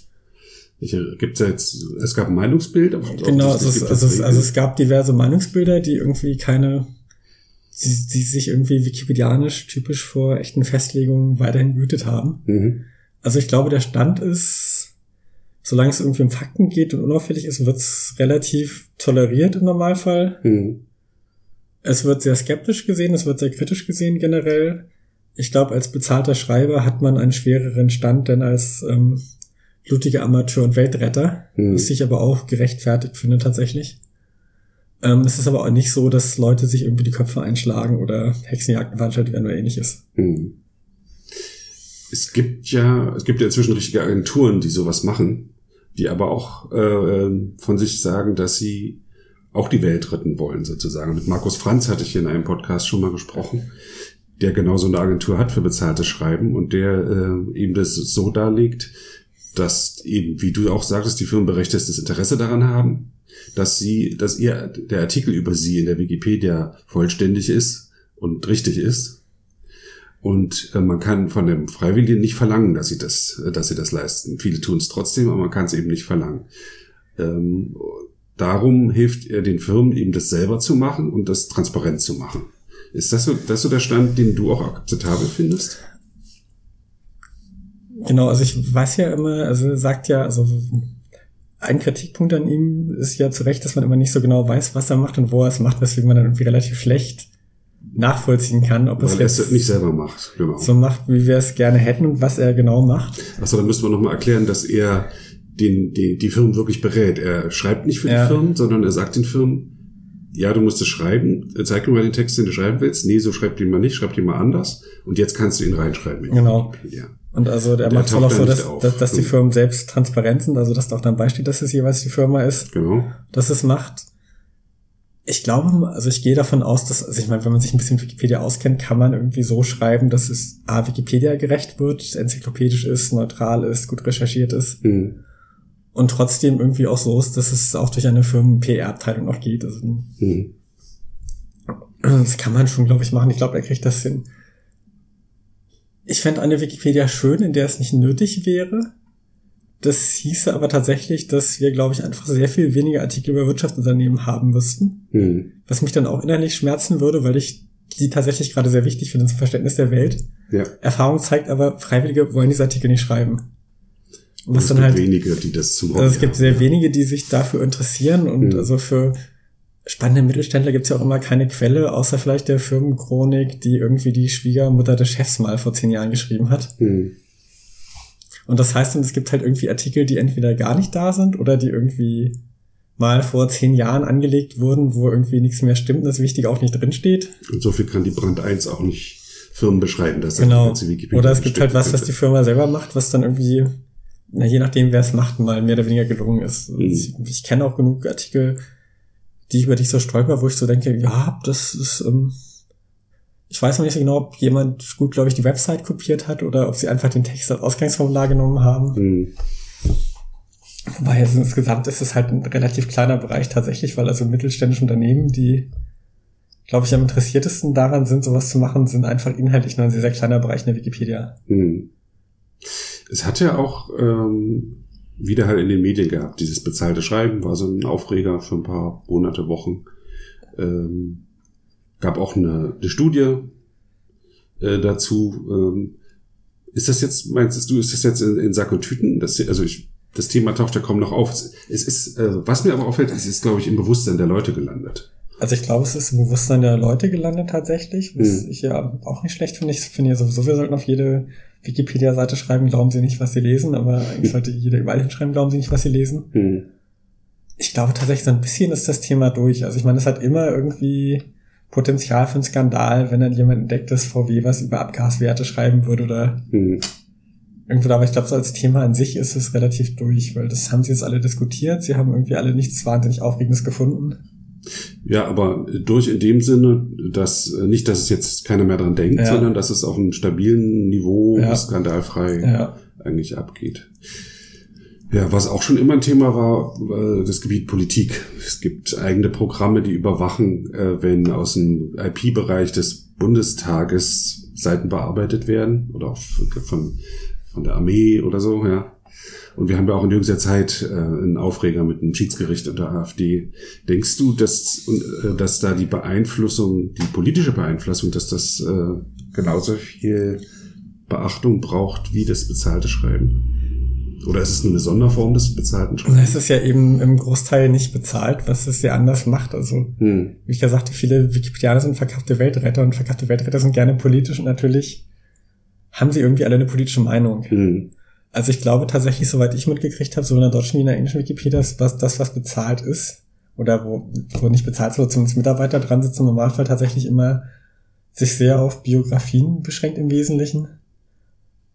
[SPEAKER 2] Es gab ein Meinungsbild.
[SPEAKER 3] Genau, es gab diverse Meinungsbilder, die irgendwie die sich irgendwie wikipedianisch typisch vor echten Festlegungen weiterhin gehütet haben. Also ich glaube, der Stand ist, solange es irgendwie um Fakten geht und unauffällig ist, wird es relativ toleriert im Normalfall. Es wird sehr skeptisch gesehen, es wird sehr kritisch gesehen generell. Ich glaube, als bezahlter Schreiber hat man einen schwereren Stand, denn als blutiger Amateur und Weltretter, was ich aber auch gerechtfertigt finde tatsächlich. Es ist aber auch nicht so, dass Leute sich irgendwie die Köpfe einschlagen oder Hexenjagden veranstaltet werden oder ähnliches.
[SPEAKER 2] Es gibt ja inzwischen richtige Agenturen, die sowas machen, die aber auch von sich sagen, dass sie auch die Welt retten wollen, sozusagen. Mit Markus Franz hatte ich hier in einem Podcast schon mal gesprochen, der genau so eine Agentur hat für bezahltes Schreiben und der eben das so darlegt, dass eben, wie du auch sagtest, die Firmen berechtigtes Interesse daran haben, dass der Artikel über sie in der Wikipedia vollständig ist und richtig ist. Und man kann von dem Freiwilligen nicht verlangen, dass sie das leisten. Viele tun es trotzdem, aber man kann es eben nicht verlangen. Darum hilft er den Firmen eben das selber zu machen und das transparent zu machen. Ist das so der Stand, den du auch akzeptabel findest?
[SPEAKER 3] Genau, also ich weiß ja immer, also sagt ja, also ein Kritikpunkt an ihm ist ja zu Recht, dass man immer nicht so genau weiß, was er macht und wo er es macht, weswegen man dann irgendwie relativ schlecht nachvollziehen kann, ob
[SPEAKER 2] weil
[SPEAKER 3] es
[SPEAKER 2] jetzt nicht selber macht, genau.
[SPEAKER 3] So macht, wie wir es gerne hätten und was er genau macht.
[SPEAKER 2] Achso, dann müssten wir nochmal erklären, dass er die Firmen wirklich berät. Er schreibt nicht für die Firmen, sondern er sagt den Firmen, ja, du musst es schreiben, zeig mir mal den Text, den du schreiben willst. Nee, so schreib den mal nicht, schreib den mal anders. Und jetzt kannst du ihn reinschreiben.
[SPEAKER 3] Genau. Und also der macht es auch so, dass die Firmen selbst transparent sind, also dass da auch dann beisteht, dass es jeweils die Firma ist,
[SPEAKER 2] genau,
[SPEAKER 3] dass es macht. Ich glaube, also ich gehe davon aus, dass, also ich meine, wenn man sich ein bisschen mit Wikipedia auskennt, kann man irgendwie so schreiben, dass es Wikipedia gerecht wird, enzyklopädisch ist, neutral ist, gut recherchiert ist.
[SPEAKER 2] Mhm.
[SPEAKER 3] Und trotzdem irgendwie auch so ist, dass es auch durch eine Firmen-PR-Abteilung noch geht. Also, das kann man schon, glaube ich, machen. Ich glaube, er kriegt das hin. Ich fände eine Wikipedia schön, in der es nicht nötig wäre. Das hieße aber tatsächlich, dass wir, glaube ich, einfach sehr viel weniger Artikel über Wirtschaftsunternehmen haben müssten. Was mich dann auch innerlich schmerzen würde, weil ich die tatsächlich gerade sehr wichtig finde zum Verständnis der Welt.
[SPEAKER 2] Ja.
[SPEAKER 3] Erfahrung zeigt aber, Freiwillige wollen diese Artikel nicht schreiben.
[SPEAKER 2] Und es gibt wenige, die das zum Hobby haben.
[SPEAKER 3] Es gibt sehr wenige, die sich dafür interessieren und also für spannende Mittelständler gibt's ja auch immer keine Quelle, außer vielleicht der Firmenchronik, die irgendwie die Schwiegermutter des Chefs mal vor 10 Jahren geschrieben hat. Und das heißt, es gibt halt irgendwie Artikel, die entweder gar nicht da sind oder die irgendwie mal vor 10 Jahren angelegt wurden, wo irgendwie nichts mehr stimmt und das Wichtige auch nicht drinsteht.
[SPEAKER 2] Und so viel kann die Brand 1 auch nicht Firmen beschreiben, dass
[SPEAKER 3] genau.
[SPEAKER 2] Das Wikipedia
[SPEAKER 3] oder es gibt halt was die Firma selber macht, was dann irgendwie, je nachdem wer es macht, mal mehr oder weniger gelungen ist. Ich kenne auch genug Artikel, die über dich so stolper, wo ich so denke, ja, das ist, ich weiß noch nicht so genau, ob jemand gut, glaube ich, die Website kopiert hat oder ob sie einfach den Text als Ausgangsformular genommen haben. Wobei also insgesamt ist es halt ein relativ kleiner Bereich tatsächlich, weil also mittelständische Unternehmen, die, glaube ich, am interessiertesten daran sind, sowas zu machen, sind einfach inhaltlich nur ein sehr, sehr kleiner Bereich in der Wikipedia.
[SPEAKER 2] Es hat ja auch wieder halt in den Medien gehabt, dieses bezahlte Schreiben war so ein Aufreger für ein paar Monate, Wochen. Gab auch eine Studie dazu. Ist das jetzt, meinst du, ist das jetzt in Sack und Tüten? Das Thema taucht ja kaum noch auf. Es ist, was mir aber auffällt, es ist, glaube ich, im Bewusstsein der Leute gelandet.
[SPEAKER 3] Also ich glaube, es ist im Bewusstsein der Leute gelandet tatsächlich, was ich ja auch nicht schlecht finde. Ich finde ja sowieso, wir sollten auf jede Wikipedia-Seite schreiben, glauben Sie nicht, was Sie lesen, aber eigentlich sollte jeder überall hinschreiben, glauben Sie nicht, was Sie lesen. Ich glaube tatsächlich, so ein bisschen ist das Thema durch. Also ich meine, es hat immer irgendwie Potenzial für einen Skandal, wenn dann jemand entdeckt, dass VW was über Abgaswerte schreiben würde oder irgendwo, aber ich glaube, so als Thema an sich ist es relativ durch, weil das haben sie jetzt alle diskutiert, sie haben irgendwie alle nichts wahnsinnig Aufregendes gefunden.
[SPEAKER 2] Ja, aber durch in dem Sinne, dass nicht, dass es jetzt keiner mehr dran denkt, sondern dass es auf einem stabilen Niveau skandalfrei eigentlich abgeht. Ja, was auch schon immer ein Thema war, das Gebiet Politik. Es gibt eigene Programme, die überwachen, wenn aus dem IP-Bereich des Bundestages Seiten bearbeitet werden oder auch von der Armee oder so, ja. Und wir haben ja auch in jüngster Zeit einen Aufreger mit einem Schiedsgericht und der AfD. Denkst du, dass da die politische Beeinflussung, dass das genauso viel Beachtung braucht wie das bezahlte Schreiben? Oder ist es nur eine Sonderform des bezahlten Schreibens?
[SPEAKER 3] Es ist ja eben im Großteil nicht bezahlt, was es ja anders macht. Also, wie ich ja sagte, viele Wikipedianer sind verkappte Weltretter und verkappte Weltretter sind gerne politisch und natürlich haben sie irgendwie alle eine politische Meinung. Also ich glaube tatsächlich, soweit ich mitgekriegt habe, so in der deutschen wie in der englischen Wikipedia ist was bezahlt ist oder wo nicht bezahlt ist, wo zumindest Mitarbeiter dran sitzen, im Normalfall tatsächlich immer sich sehr auf Biografien beschränkt im Wesentlichen.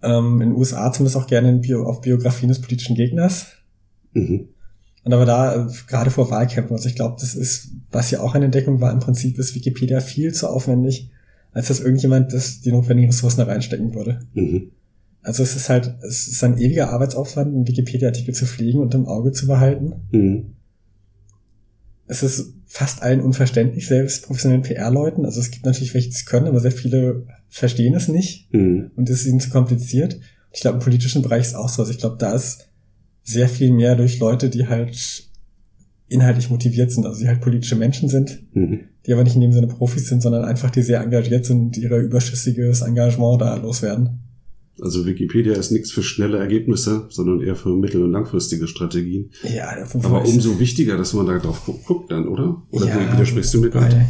[SPEAKER 3] In den USA zumindest auch gerne auf Biografien des politischen Gegners. Und aber da, gerade vor Wahlkämpfen, also ich glaube, das ist, was ja auch eine Entdeckung war, im Prinzip ist Wikipedia viel zu aufwendig, als dass irgendjemand die notwendigen Ressourcen da reinstecken würde. Also es ist ein ewiger Arbeitsaufwand, einen Wikipedia-Artikel zu pflegen und im Auge zu behalten. Es ist fast allen unverständlich, selbst professionellen PR-Leuten. Also es gibt natürlich welche, die es können, aber sehr viele verstehen es nicht. Und es ist ihnen zu kompliziert. Ich glaube, im politischen Bereich ist es auch so. Also ich glaube, da ist sehr viel mehr durch Leute, die halt inhaltlich motiviert sind, also die halt politische Menschen sind, die aber nicht in dem Sinne Profis sind, sondern einfach die sehr engagiert sind und ihre überschüssiges Engagement da loswerden.
[SPEAKER 2] Also Wikipedia ist nichts für schnelle Ergebnisse, sondern eher für mittel- und langfristige Strategien.
[SPEAKER 3] Ja,
[SPEAKER 2] aber umso wichtiger, dass man da drauf guckt dann, oder? Oder ja, widersprichst du mir gerade?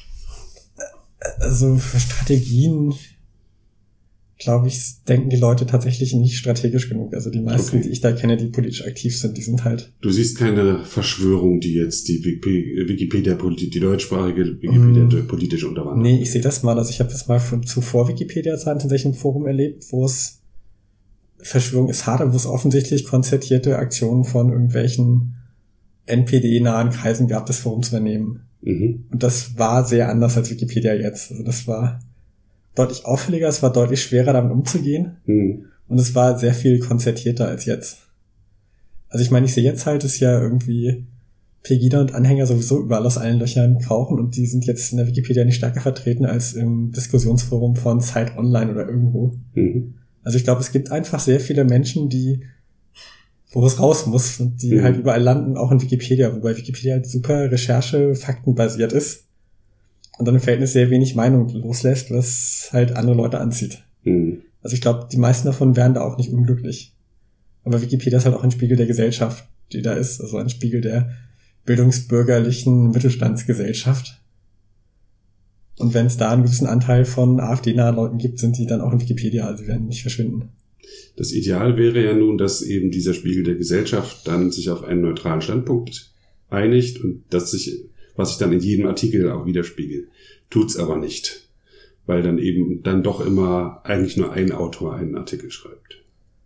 [SPEAKER 3] Also für Strategien, glaube ich, denken die Leute tatsächlich nicht strategisch genug. Also die meisten, die ich da kenne, die politisch aktiv sind, die sind halt...
[SPEAKER 2] Du siehst keine Verschwörung, die jetzt die Wikipedia-Politik, die deutschsprachige Wikipedia politisch unterwandert.
[SPEAKER 3] Nee, ich sehe das mal. Also ich habe das mal zuvor Wikipedia-Zeiten in welchem Forum erlebt, wo es Verschwörung ist hart, aber wo es offensichtlich konzertierte Aktionen von irgendwelchen NPD-nahen Kreisen gab, das Forum zu übernehmen. Und das war sehr anders als Wikipedia jetzt. Also das war deutlich auffälliger, es war deutlich schwerer, damit umzugehen. Und es war sehr viel konzertierter als jetzt. Also ich meine, ich sehe jetzt halt, dass ja irgendwie Pegida und Anhänger sowieso überall aus allen Löchern krauchen und die sind jetzt in der Wikipedia nicht stärker vertreten als im Diskussionsforum von Zeit Online oder irgendwo. Also ich glaube, es gibt einfach sehr viele Menschen, wo es raus muss und die halt überall landen, auch in Wikipedia, wobei Wikipedia halt super Recherche, faktenbasiert ist. Und dann im Verhältnis sehr wenig Meinung loslässt, was halt andere Leute anzieht. Also ich glaube, die meisten davon wären da auch nicht unglücklich. Aber Wikipedia ist halt auch ein Spiegel der Gesellschaft, die da ist. Also ein Spiegel der bildungsbürgerlichen Mittelstandsgesellschaft. Und wenn es da einen gewissen Anteil von AfD-nahen Leuten gibt, sind die dann auch in Wikipedia, also sie werden nicht verschwinden.
[SPEAKER 2] Das Ideal wäre ja nun, dass eben dieser Spiegel der Gesellschaft dann sich auf einen neutralen Standpunkt einigt und was sich dann in jedem Artikel auch widerspiegelt. Tut's aber nicht. Weil dann eben dann doch immer eigentlich nur ein Autor einen Artikel schreibt.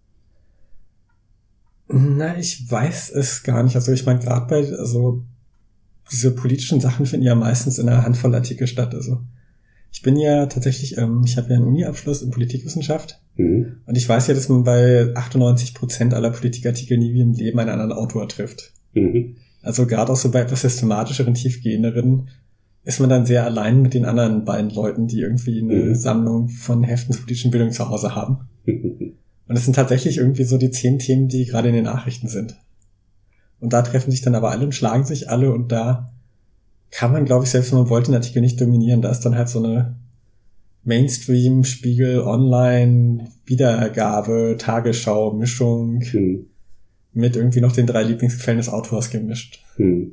[SPEAKER 3] Na, ich weiß es gar nicht. Also ich meine, gerade diese politischen Sachen finden ja meistens in einer Handvoll Artikel statt. Also ich bin ja tatsächlich, ich habe ja einen Uni-Abschluss in Politikwissenschaft. Und ich weiß ja, dass man bei 98% aller Politikartikel nie wie im Leben einen anderen Autor trifft. Also gerade auch so bei etwas systematischeren, tiefgehenderen ist man dann sehr allein mit den anderen beiden Leuten, die irgendwie eine Sammlung von Heften zur politischen Bildung zu Hause haben. Und es sind tatsächlich irgendwie so die 10 Themen, die gerade in den Nachrichten sind. Und da treffen sich dann aber alle und schlagen sich alle und da kann man, glaube ich, selbst wenn man wollte, den Artikel nicht dominieren. Da ist dann halt so eine Mainstream, Spiegel, Online, Wiedergabe, Tagesschau, Mischung mit irgendwie noch den 3 Lieblingsquellen des Autors gemischt.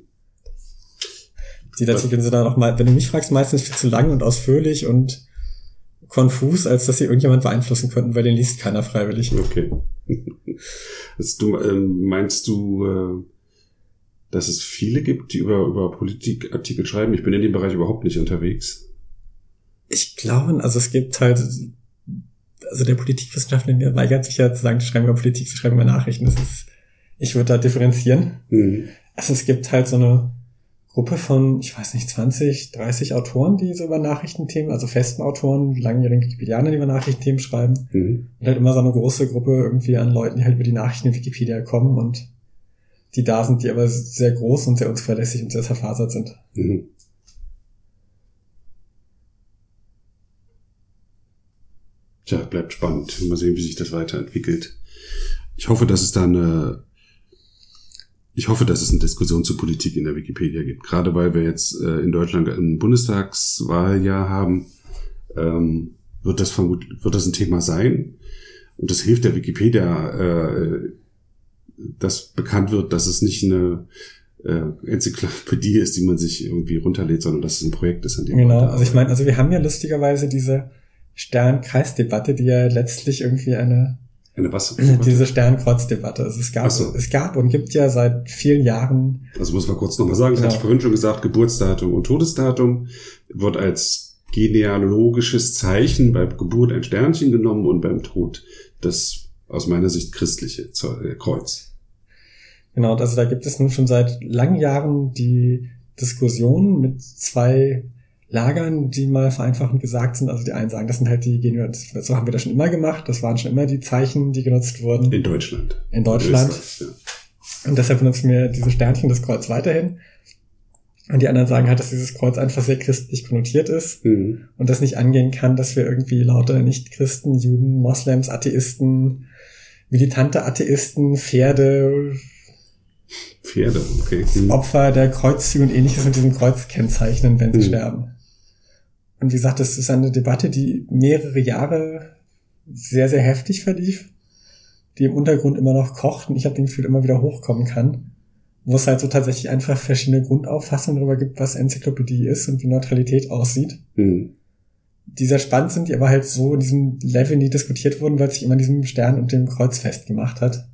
[SPEAKER 3] Die Artikel sind dann auch mal, wenn du mich fragst, meistens viel zu lang und ausführlich und konfus, als dass sie irgendjemand beeinflussen könnten, weil den liest keiner freiwillig.
[SPEAKER 2] Okay. Meinst du, dass es viele gibt, die über Politikartikel schreiben? Ich bin in dem Bereich überhaupt nicht unterwegs.
[SPEAKER 3] Ich glaube, also es gibt halt, also der Politikwissenschaftler weigert sich ja zu sagen, zu schreiben über Politik, zu schreiben über Nachrichten. Ich würde da differenzieren. Also es gibt halt so eine Gruppe von, ich weiß nicht, 20, 30 Autoren, die so über Nachrichtenthemen, also festen Autoren, langjährigen Wikipedianer, die über Nachrichtenthemen schreiben. Und halt immer so eine große Gruppe irgendwie an Leuten, die halt über die Nachrichten in Wikipedia kommen und die da sind, die aber sehr groß und sehr unzuverlässig und sehr zerfasert sind.
[SPEAKER 2] Tja, bleibt spannend. Mal sehen, wie sich das weiterentwickelt. Ich hoffe, dass es eine Diskussion zur Politik in der Wikipedia gibt. Gerade weil wir jetzt in Deutschland ein Bundestagswahljahr haben, wird das ein Thema sein. Und das hilft der Wikipedia, dass bekannt wird, dass es nicht eine Enzyklopädie ist, die man sich irgendwie runterlädt, sondern dass es ein Projekt ist, an dem
[SPEAKER 3] man also ich meine, also wir haben ja lustigerweise diese Stern-Kreis-Debatte, die ja letztlich irgendwie eine
[SPEAKER 2] was?
[SPEAKER 3] Diese Sternkreuz-Debatte. Also es gab und gibt ja seit vielen Jahren.
[SPEAKER 2] Also muss man kurz nochmal sagen, das hatte ich vorhin schon gesagt, Geburtsdatum und Todesdatum wird als genealogisches Zeichen bei Geburt ein Sternchen genommen und beim Tod das aus meiner Sicht christliche Kreuz.
[SPEAKER 3] Genau, also da gibt es nun schon seit langen Jahren die Diskussion mit zwei Lagern, die mal vereinfachend gesagt sind. Also die einen sagen, das sind halt die Genua, so haben wir das schon immer gemacht, das waren schon immer die Zeichen, die genutzt wurden.
[SPEAKER 2] In Deutschland.
[SPEAKER 3] In Deutschland.
[SPEAKER 2] Ja.
[SPEAKER 3] Und deshalb benutzen wir diese Sternchen, das Kreuz weiterhin. Und die anderen sagen halt, dass dieses Kreuz einfach sehr christlich konnotiert ist und das nicht angehen kann, dass wir irgendwie lauter Nicht-Christen, Juden, Moslems, Atheisten, militante Atheisten, Pferde,
[SPEAKER 2] okay.
[SPEAKER 3] Opfer der Kreuzzüge und ähnliches mit diesem Kreuz kennzeichnen, wenn sie sterben. Und wie gesagt, das ist eine Debatte, die mehrere Jahre sehr, sehr heftig verlief, die im Untergrund immer noch kocht und ich habe den Gefühl, immer wieder hochkommen kann, wo es halt so tatsächlich einfach verschiedene Grundauffassungen darüber gibt, was Enzyklopädie ist und wie Neutralität aussieht. Die sehr spannend sind, die aber halt so in diesem Level nie diskutiert wurden, weil es sich immer an diesem Stern und dem Kreuz festgemacht hat.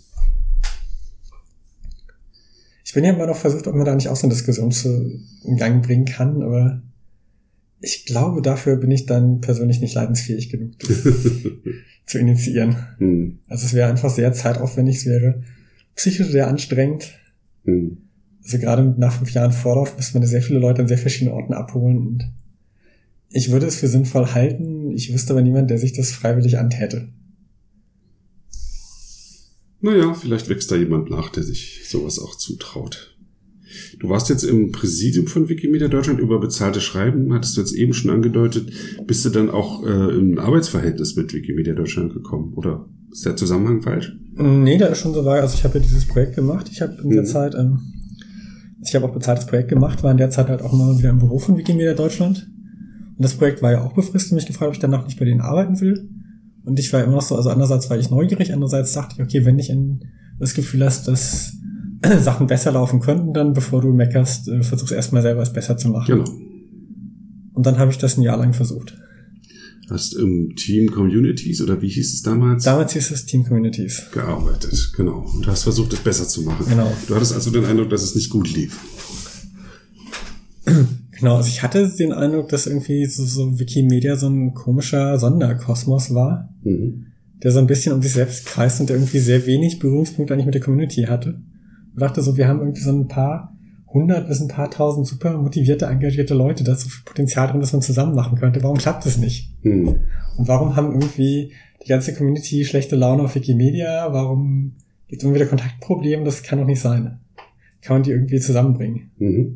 [SPEAKER 3] Ich bin ja immer noch versucht, ob man da nicht auch so eine Diskussion in Gang bringen kann, aber ich glaube, dafür bin ich dann persönlich nicht leidensfähig genug, das zu initiieren. Also es wäre einfach sehr zeitaufwendig, es wäre psychisch sehr anstrengend. Also gerade nach 5 Jahren Vorlauf müsste man sehr viele Leute an sehr verschiedenen Orten abholen und ich würde es für sinnvoll halten, ich wüsste aber niemand, der sich das freiwillig antäte.
[SPEAKER 2] Naja, vielleicht wächst da jemand nach, der sich sowas auch zutraut. Du warst jetzt im Präsidium von Wikimedia Deutschland über bezahltes Schreiben, hattest du jetzt eben schon angedeutet. Bist du dann auch in ein Arbeitsverhältnis mit Wikimedia Deutschland gekommen? Oder ist der Zusammenhang falsch?
[SPEAKER 3] Nee, der ist schon so weit. Also ich habe ja dieses Projekt gemacht. Ich habe in der Zeit, ich habe auch bezahltes Projekt gemacht, war in der Zeit halt auch mal wieder im Büro von Wikimedia Deutschland. Und das Projekt war ja auch befristet, mich gefragt, ob ich danach nicht bei denen arbeiten will. Und ich war immer noch so, also einerseits war ich neugierig, andererseits dachte ich, okay, wenn ich das Gefühl hast, dass Sachen besser laufen könnten, dann bevor du meckerst, versuch's erstmal selber es besser zu machen.
[SPEAKER 2] Genau.
[SPEAKER 3] Und dann habe ich das ein Jahr lang versucht.
[SPEAKER 2] Hast im Team Communities, oder wie hieß es damals?
[SPEAKER 3] Damals hieß es Team Communities.
[SPEAKER 2] Gearbeitet, genau. Und hast versucht, es besser zu machen.
[SPEAKER 3] Genau.
[SPEAKER 2] Du hattest also den Eindruck, dass es nicht gut lief.
[SPEAKER 3] Genau, also ich hatte den Eindruck, dass irgendwie so Wikimedia so ein komischer Sonderkosmos war, der so ein bisschen um sich selbst kreist und der irgendwie sehr wenig Berührungspunkte eigentlich mit der Community hatte. Ich dachte so, wir haben irgendwie so ein paar 100 bis ein paar tausend super motivierte, engagierte Leute, da ist so viel Potenzial drin, dass man zusammen machen könnte. Warum klappt das nicht? Und warum haben irgendwie die ganze Community schlechte Laune auf Wikimedia? Warum gibt es immer wieder Kontaktprobleme? Das kann doch nicht sein. Kann man die irgendwie zusammenbringen?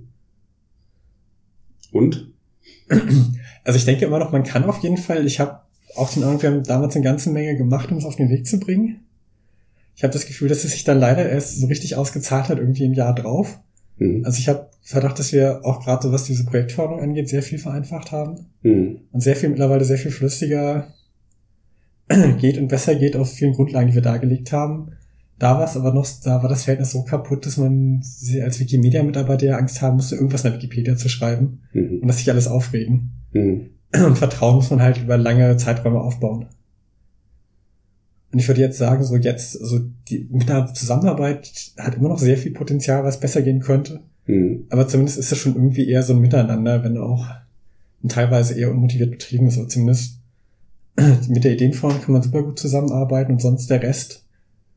[SPEAKER 2] Und?
[SPEAKER 3] Also ich denke immer noch, man kann auf jeden Fall, ich habe auch den Eindruck, wir haben damals eine ganze Menge gemacht, um es auf den Weg zu bringen. Ich habe das Gefühl, dass es sich dann leider erst so richtig ausgezahlt hat, irgendwie im Jahr drauf. Also ich habe Verdacht, dass wir auch gerade so, was diese Projektförderung angeht, sehr viel vereinfacht haben. Und sehr viel mittlerweile sehr viel flüssiger geht und besser geht auf vielen Grundlagen, die wir dargelegt haben. Da war das Verhältnis so kaputt, dass man als Wikimedia-Mitarbeiter ja Angst haben musste, irgendwas in der Wikipedia zu schreiben und dass sich alles aufregen. Und Vertrauen muss man halt über lange Zeiträume aufbauen. Und ich würde jetzt sagen, mit der Zusammenarbeit hat immer noch sehr viel Potenzial, was besser gehen könnte. Aber zumindest ist es schon irgendwie eher so ein Miteinander, wenn auch teilweise eher unmotiviert betrieben ist. Aber zumindest mit der Ideenform kann man super gut zusammenarbeiten und sonst der Rest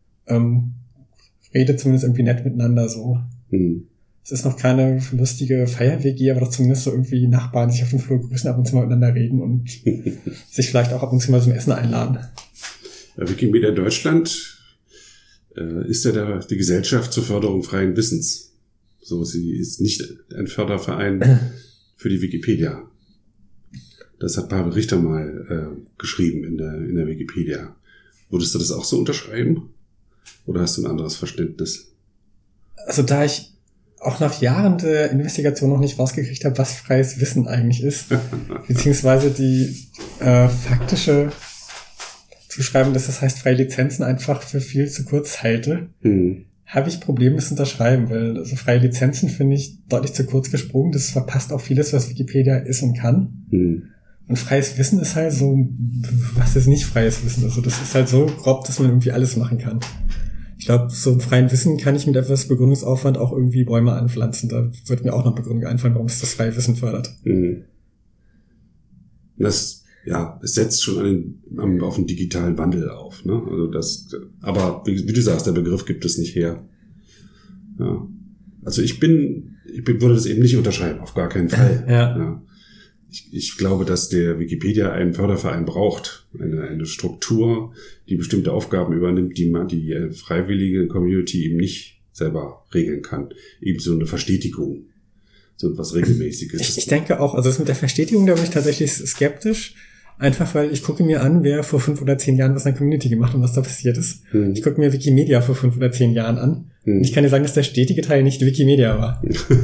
[SPEAKER 3] redet zumindest irgendwie nett miteinander so. Es ist noch keine lustige Feier-WG, aber doch zumindest so irgendwie Nachbarn sich auf dem Flur grüßen, ab und zu mal miteinander reden und sich vielleicht auch ab und zu mal zum Essen einladen.
[SPEAKER 2] Wikimedia Deutschland ist ja die Gesellschaft zur Förderung freien Wissens. So, sie ist nicht ein Förderverein für die Wikipedia. Das hat Barbara Richter mal geschrieben in der Wikipedia. Würdest du das auch so unterschreiben? Oder hast du ein anderes Verständnis?
[SPEAKER 3] Also da ich auch nach Jahren der Investigation noch nicht rausgekriegt habe, was freies Wissen eigentlich ist, beziehungsweise die faktische Zuschreibung, dass das heißt, freie Lizenzen einfach für viel zu kurz halte, habe ich Probleme, das zu unterschreiben, weil also freie Lizenzen finde ich deutlich zu kurz gesprungen. Das verpasst auch vieles, was Wikipedia ist und kann. Und freies Wissen ist halt so, was ist nicht freies Wissen? Also das ist halt so grob, dass man irgendwie alles machen kann. Ich glaube, so im freien Wissen kann ich mit etwas Begründungsaufwand auch irgendwie Bäume anpflanzen. Da wird mir auch noch Begründung einfallen, warum es das freie Wissen fördert.
[SPEAKER 2] Das es setzt schon auf den digitalen Wandel auf, ne? Also aber wie du sagst, der Begriff gibt es nicht her. Ja. Also ich würde das eben nicht unterschreiben, auf gar keinen Fall. Ja. Ich glaube, dass der Wikipedia einen Förderverein braucht, eine Struktur, die bestimmte Aufgaben übernimmt, die freiwillige Community eben nicht selber regeln kann. Eben so eine Verstetigung, so etwas Regelmäßiges.
[SPEAKER 3] Ich denke auch, also das mit der Verstetigung, da bin ich tatsächlich skeptisch. Einfach weil ich gucke mir an, wer vor 5 oder 10 Jahren was in der Community gemacht hat und was da passiert ist. Ich gucke mir Wikimedia vor 5 oder 10 Jahren an. Und ich kann dir sagen, dass der stetige Teil nicht Wikimedia war.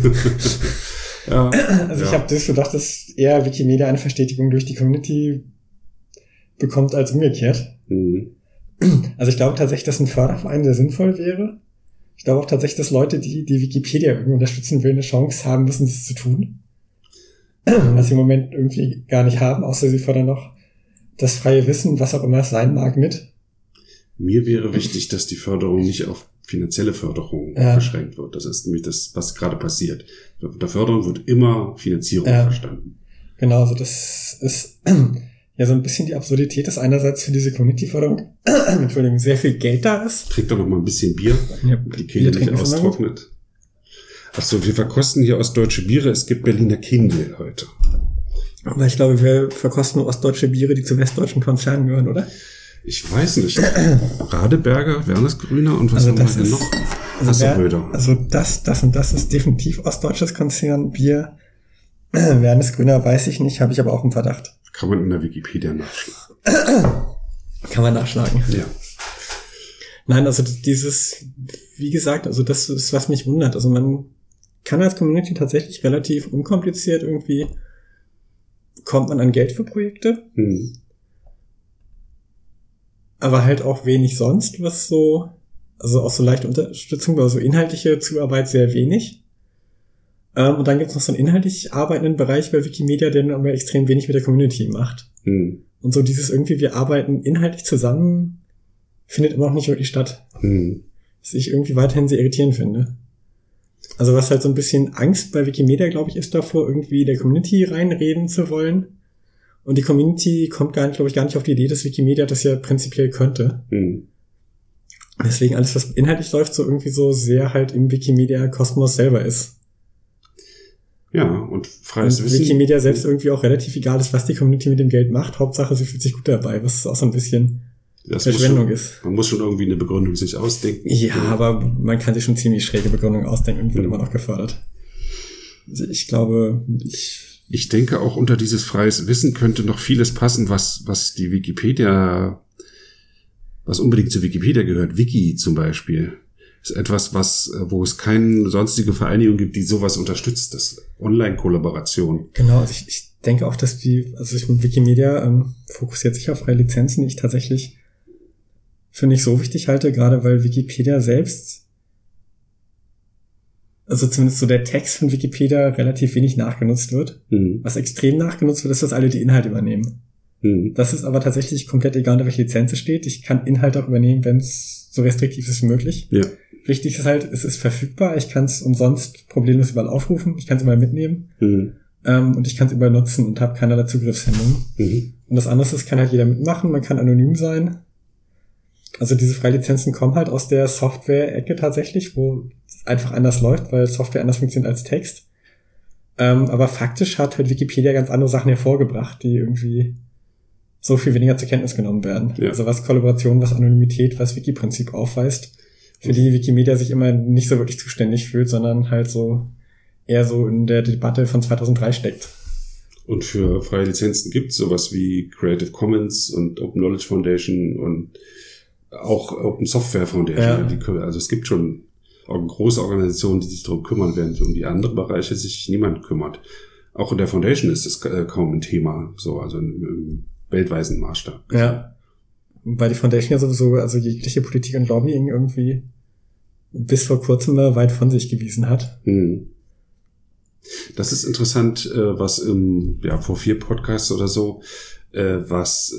[SPEAKER 3] Ich habe das gedacht, dass eher Wikimedia eine Verstetigung durch die Community bekommt als umgekehrt. Also ich glaube tatsächlich, dass ein Förderverein sehr sinnvoll wäre. Ich glaube auch tatsächlich, dass Leute, die Wikipedia irgendwie unterstützen will, eine Chance haben müssen, das zu tun. Was sie im Moment irgendwie gar nicht haben, außer sie fördern noch das freie Wissen, was auch immer es sein mag, mit.
[SPEAKER 2] Mir wäre wichtig, dass die Förderung nicht auf finanzielle Förderung beschränkt wird. Das ist nämlich das, was gerade passiert. Unter Förderung wird immer Finanzierung verstanden.
[SPEAKER 3] Genau, also das ist ja so ein bisschen die Absurdität, dass einerseits für diese Community-Förderung Entschuldigung, sehr viel Geld da ist.
[SPEAKER 2] Trinkt doch noch mal ein bisschen Bier, die Kehle nicht austrocknet. Achso, wir verkosten hier ostdeutsche Biere. Es gibt Berliner Kindle heute.
[SPEAKER 3] Aber ich glaube, wir verkosten nur ostdeutsche Biere, die zu westdeutschen Konzernen gehören, oder?
[SPEAKER 2] Ich weiß nicht. Radeberger, Wernesgrüner und was haben wir denn noch?
[SPEAKER 3] Hasseröder. Also das und das ist definitiv ostdeutsches Konzernbier. Wernesgrüner weiß ich nicht, habe ich aber auch im Verdacht.
[SPEAKER 2] Kann man in der Wikipedia nachschlagen.
[SPEAKER 3] Kann man nachschlagen.
[SPEAKER 2] Ja.
[SPEAKER 3] Nein, also wie gesagt, also das ist, was mich wundert. Also man kann als Community tatsächlich relativ unkompliziert irgendwie, kommt man an Geld für Projekte, aber halt auch wenig sonst, was so, also auch so leichte Unterstützung, aber so inhaltliche Zuarbeit sehr wenig. Und dann gibt's noch so einen inhaltlich arbeitenden Bereich bei Wikimedia, der dann aber extrem wenig mit der Community macht. Und so dieses irgendwie, wir arbeiten inhaltlich zusammen, findet immer noch nicht wirklich statt. Was ich irgendwie weiterhin sehr irritierend finde. Also was halt so ein bisschen Angst bei Wikimedia, glaube ich, ist davor, irgendwie der Community reinreden zu wollen. Und die Community kommt glaube ich, gar nicht auf die Idee, dass Wikimedia das ja prinzipiell könnte. Deswegen alles, was inhaltlich läuft, so irgendwie so sehr halt im Wikimedia-Kosmos selber ist.
[SPEAKER 2] Ja, und freies Wissen.
[SPEAKER 3] Wikimedia selbst irgendwie auch relativ egal ist, was die Community mit dem Geld macht. Hauptsache, sie fühlt sich gut dabei, was auch so ein bisschen Verschwendung ist.
[SPEAKER 2] Man muss schon irgendwie eine Begründung sich ausdenken.
[SPEAKER 3] Ja, aber man kann sich schon ziemlich schräge Begründungen ausdenken und wird immer noch gefördert. Also ich glaube,
[SPEAKER 2] ich denke auch unter dieses freies Wissen könnte noch vieles passen, was die Wikipedia, was unbedingt zu Wikipedia gehört. Wiki zum Beispiel ist etwas, wo es keine sonstige Vereinigung gibt, die sowas unterstützt. Das Online-Kollaboration.
[SPEAKER 3] Genau, also ich denke auch, dass Wikimedia fokussiert sich auf freie Lizenzen, die ich tatsächlich für nicht so wichtig halte, gerade weil Wikipedia selbst, also zumindest so der Text von Wikipedia relativ wenig nachgenutzt wird. Was extrem nachgenutzt wird, ist, dass alle die Inhalte übernehmen. Das ist aber tatsächlich komplett egal, unter welche Lizenz es steht. Ich kann Inhalte auch übernehmen, wenn es so restriktiv ist wie möglich.
[SPEAKER 2] Ja.
[SPEAKER 3] Wichtig ist halt, es ist verfügbar. Ich kann es umsonst problemlos überall aufrufen. Ich kann es überall mitnehmen. Und ich kann es überall nutzen und habe keinerlei Zugriffshemmungen. Und das andere ist, kann halt jeder mitmachen. Man kann anonym sein. Also diese Freilizenzen kommen halt aus der Software-Ecke tatsächlich, wo es einfach anders läuft, weil Software anders funktioniert als Text. Aber faktisch hat halt Wikipedia ganz andere Sachen hervorgebracht, die irgendwie so viel weniger zur Kenntnis genommen werden. Ja. Also was Kollaboration, was Anonymität, was Wiki-Prinzip aufweist, für die Wikimedia sich immer nicht so wirklich zuständig fühlt, sondern halt so eher so in der Debatte von 2003 steckt.
[SPEAKER 2] Und für freie Lizenzen gibt's sowas wie Creative Commons und Open Knowledge Foundation und auch Open Software Foundation. Ja. Also es gibt schon große Organisationen, die sich darum kümmern, während um die anderen Bereiche sich niemand kümmert. Auch in der Foundation ist es kaum ein Thema, so, also im weltweiten Maßstab.
[SPEAKER 3] Ja. Weil die Foundation ja sowieso, also jegliche Politik und Lobbying irgendwie bis vor kurzem weit von sich gewiesen hat.
[SPEAKER 2] Das ist interessant, was vor 4 Podcasts oder so, was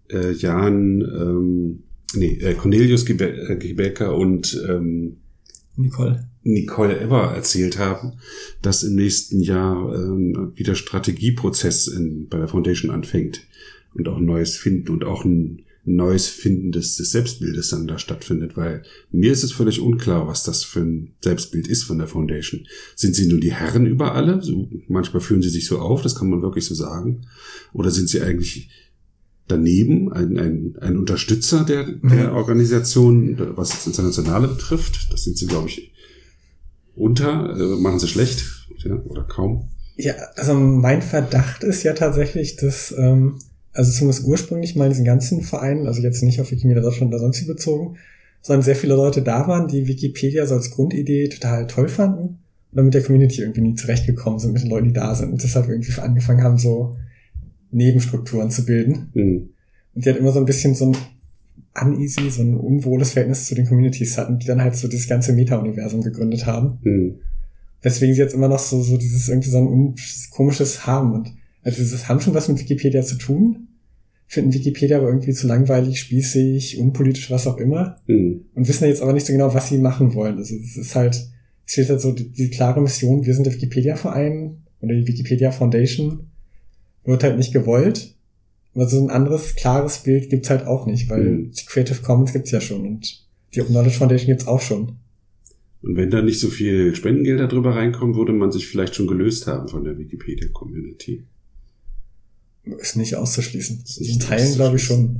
[SPEAKER 2] Cornelius Gebecker und Nicole Eber erzählt haben, dass im nächsten Jahr wieder Strategieprozess bei der Foundation anfängt und auch ein neues Finden und auch ein neues Finden des Selbstbildes dann da stattfindet, weil mir ist es völlig unklar, was das für ein Selbstbild ist von der Foundation. Sind sie nur die Herren über alle? So, manchmal fühlen sie sich so auf, das kann man wirklich so sagen. Oder sind sie eigentlich daneben ein Unterstützer der Organisation, was das Internationale betrifft? Das sind sie, glaube ich, machen sie schlecht, ja, oder kaum.
[SPEAKER 3] Ja, also mein Verdacht ist ja tatsächlich, dass also zumindest ursprünglich mal in diesen ganzen Vereinen, also jetzt nicht auf Wikimedia Deutschland oder sonst wie bezogen, sondern sehr viele Leute da waren, die Wikipedia so als Grundidee total toll fanden oder mit der Community irgendwie nie zurechtgekommen sind mit den Leuten, die da sind und deshalb irgendwie angefangen haben, so Nebenstrukturen zu bilden. Mhm. Und die halt immer so ein bisschen so ein so ein unwohles Verhältnis zu den Communities hatten, die dann halt so dieses ganze Meta-Universum gegründet haben. Mhm. Weswegen sie jetzt immer noch so dieses irgendwie so ein komisches haben und also das haben schon was mit Wikipedia zu tun, finden Wikipedia aber irgendwie zu langweilig, spießig, unpolitisch, was auch immer. Mhm. Und wissen jetzt aber nicht so genau, was sie machen wollen. Also es fehlt halt so die klare Mission, wir sind der Wikipedia-Verein oder die Wikipedia Foundation, wird halt nicht gewollt. Aber so ein anderes, klares Bild gibt's halt auch nicht, weil die Creative Commons gibt's ja schon und die Open Knowledge Foundation gibt's auch schon.
[SPEAKER 2] Und wenn da nicht so viel Spendengelder drüber reinkommen, würde man sich vielleicht schon gelöst haben von der Wikipedia-Community.
[SPEAKER 3] Ist nicht auszuschließen. In Teilen glaube ich schon.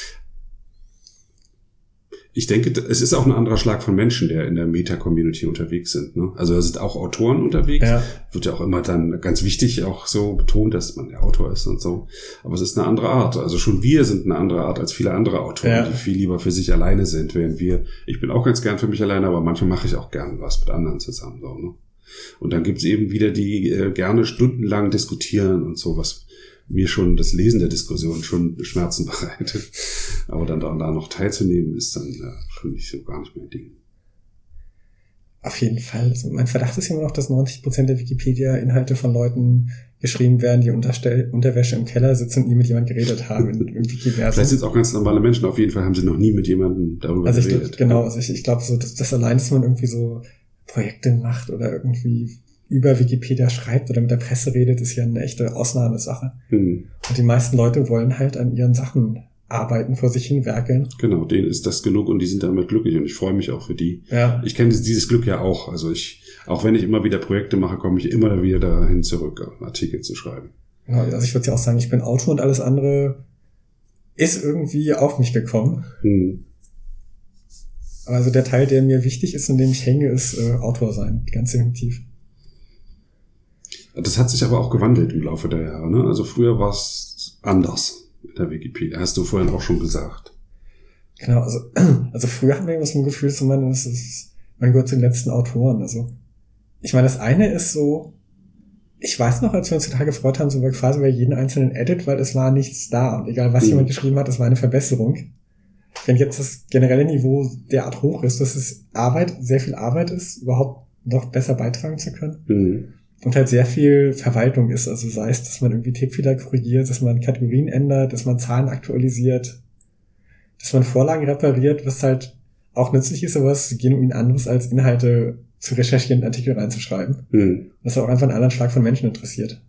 [SPEAKER 2] Ich denke, es ist auch ein anderer Schlag von Menschen, der in der Meta-Community unterwegs sind. Ne? Also da sind auch Autoren unterwegs. Ja. Wird ja auch immer dann ganz wichtig auch so betont, dass man der Autor ist und so. Aber es ist eine andere Art. Also schon wir sind eine andere Art als viele andere Autoren, die viel lieber für sich alleine sind. Während ich bin auch ganz gern für mich alleine, aber manchmal mache ich auch gern was mit anderen zusammen. So, ne? Und dann gibt es eben wieder die gerne stundenlang diskutieren und so, was mir schon das Lesen der Diskussion schon Schmerzen bereitet. Aber dann da noch teilzunehmen, ist dann schon nicht so gar nicht mein Ding.
[SPEAKER 3] Auf jeden Fall. Also mein Verdacht ist immer noch, dass 90% der Wikipedia-Inhalte von Leuten geschrieben werden, die Unterwäsche im Keller sitzen und nie mit jemandem geredet haben in Wikiversum.
[SPEAKER 2] Vielleicht sind es auch ganz normale Menschen. Auf jeden Fall haben sie noch nie mit jemandem darüber geredet.
[SPEAKER 3] Ich glaube so, dass allein, dass man irgendwie so Projekte macht oder irgendwie über Wikipedia schreibt oder mit der Presse redet, ist ja eine echte Ausnahmesache. Mhm. Und die meisten Leute wollen halt an ihren Sachen arbeiten, vor sich hin werkeln.
[SPEAKER 2] Genau, denen ist das genug und die sind damit glücklich und ich freue mich auch für die. Ja. Ich kenne dieses Glück ja auch. Also auch wenn ich immer wieder Projekte mache, komme ich immer wieder dahin zurück, Artikel zu schreiben.
[SPEAKER 3] Genau, also ich würde ja auch sagen, ich bin Autor und alles andere ist irgendwie auf mich gekommen. Mhm. Aber also der Teil, der mir wichtig ist, in dem ich hänge, ist Autor sein, ganz definitiv.
[SPEAKER 2] Das hat sich aber auch gewandelt im Laufe der Jahre, ne? Also früher war es anders mit der Wikipedia. Hast du vorhin auch schon gesagt.
[SPEAKER 3] Genau, also früher hatten wir immer so ein Gefühl, man gehört zu den letzten Autoren. Also ich meine, das eine ist so, ich weiß noch, als wir uns total gefreut haben, so quasi bei jedem einzelnen Edit, weil es war nichts da. Und egal, was jemand geschrieben hat, es war eine Verbesserung. Wenn jetzt das generelle Niveau derart hoch ist, dass es sehr viel Arbeit ist, überhaupt noch besser beitragen zu können. Mhm. Und halt sehr viel Verwaltung ist, also sei es, dass man irgendwie Tippfehler korrigiert, dass man Kategorien ändert, dass man Zahlen aktualisiert, dass man Vorlagen repariert, was halt auch nützlich ist, aber was genuin anderes als Inhalte zu recherchieren, Artikel reinzuschreiben. Mhm. Das hat auch einfach einen anderen Schlag von Menschen interessiert.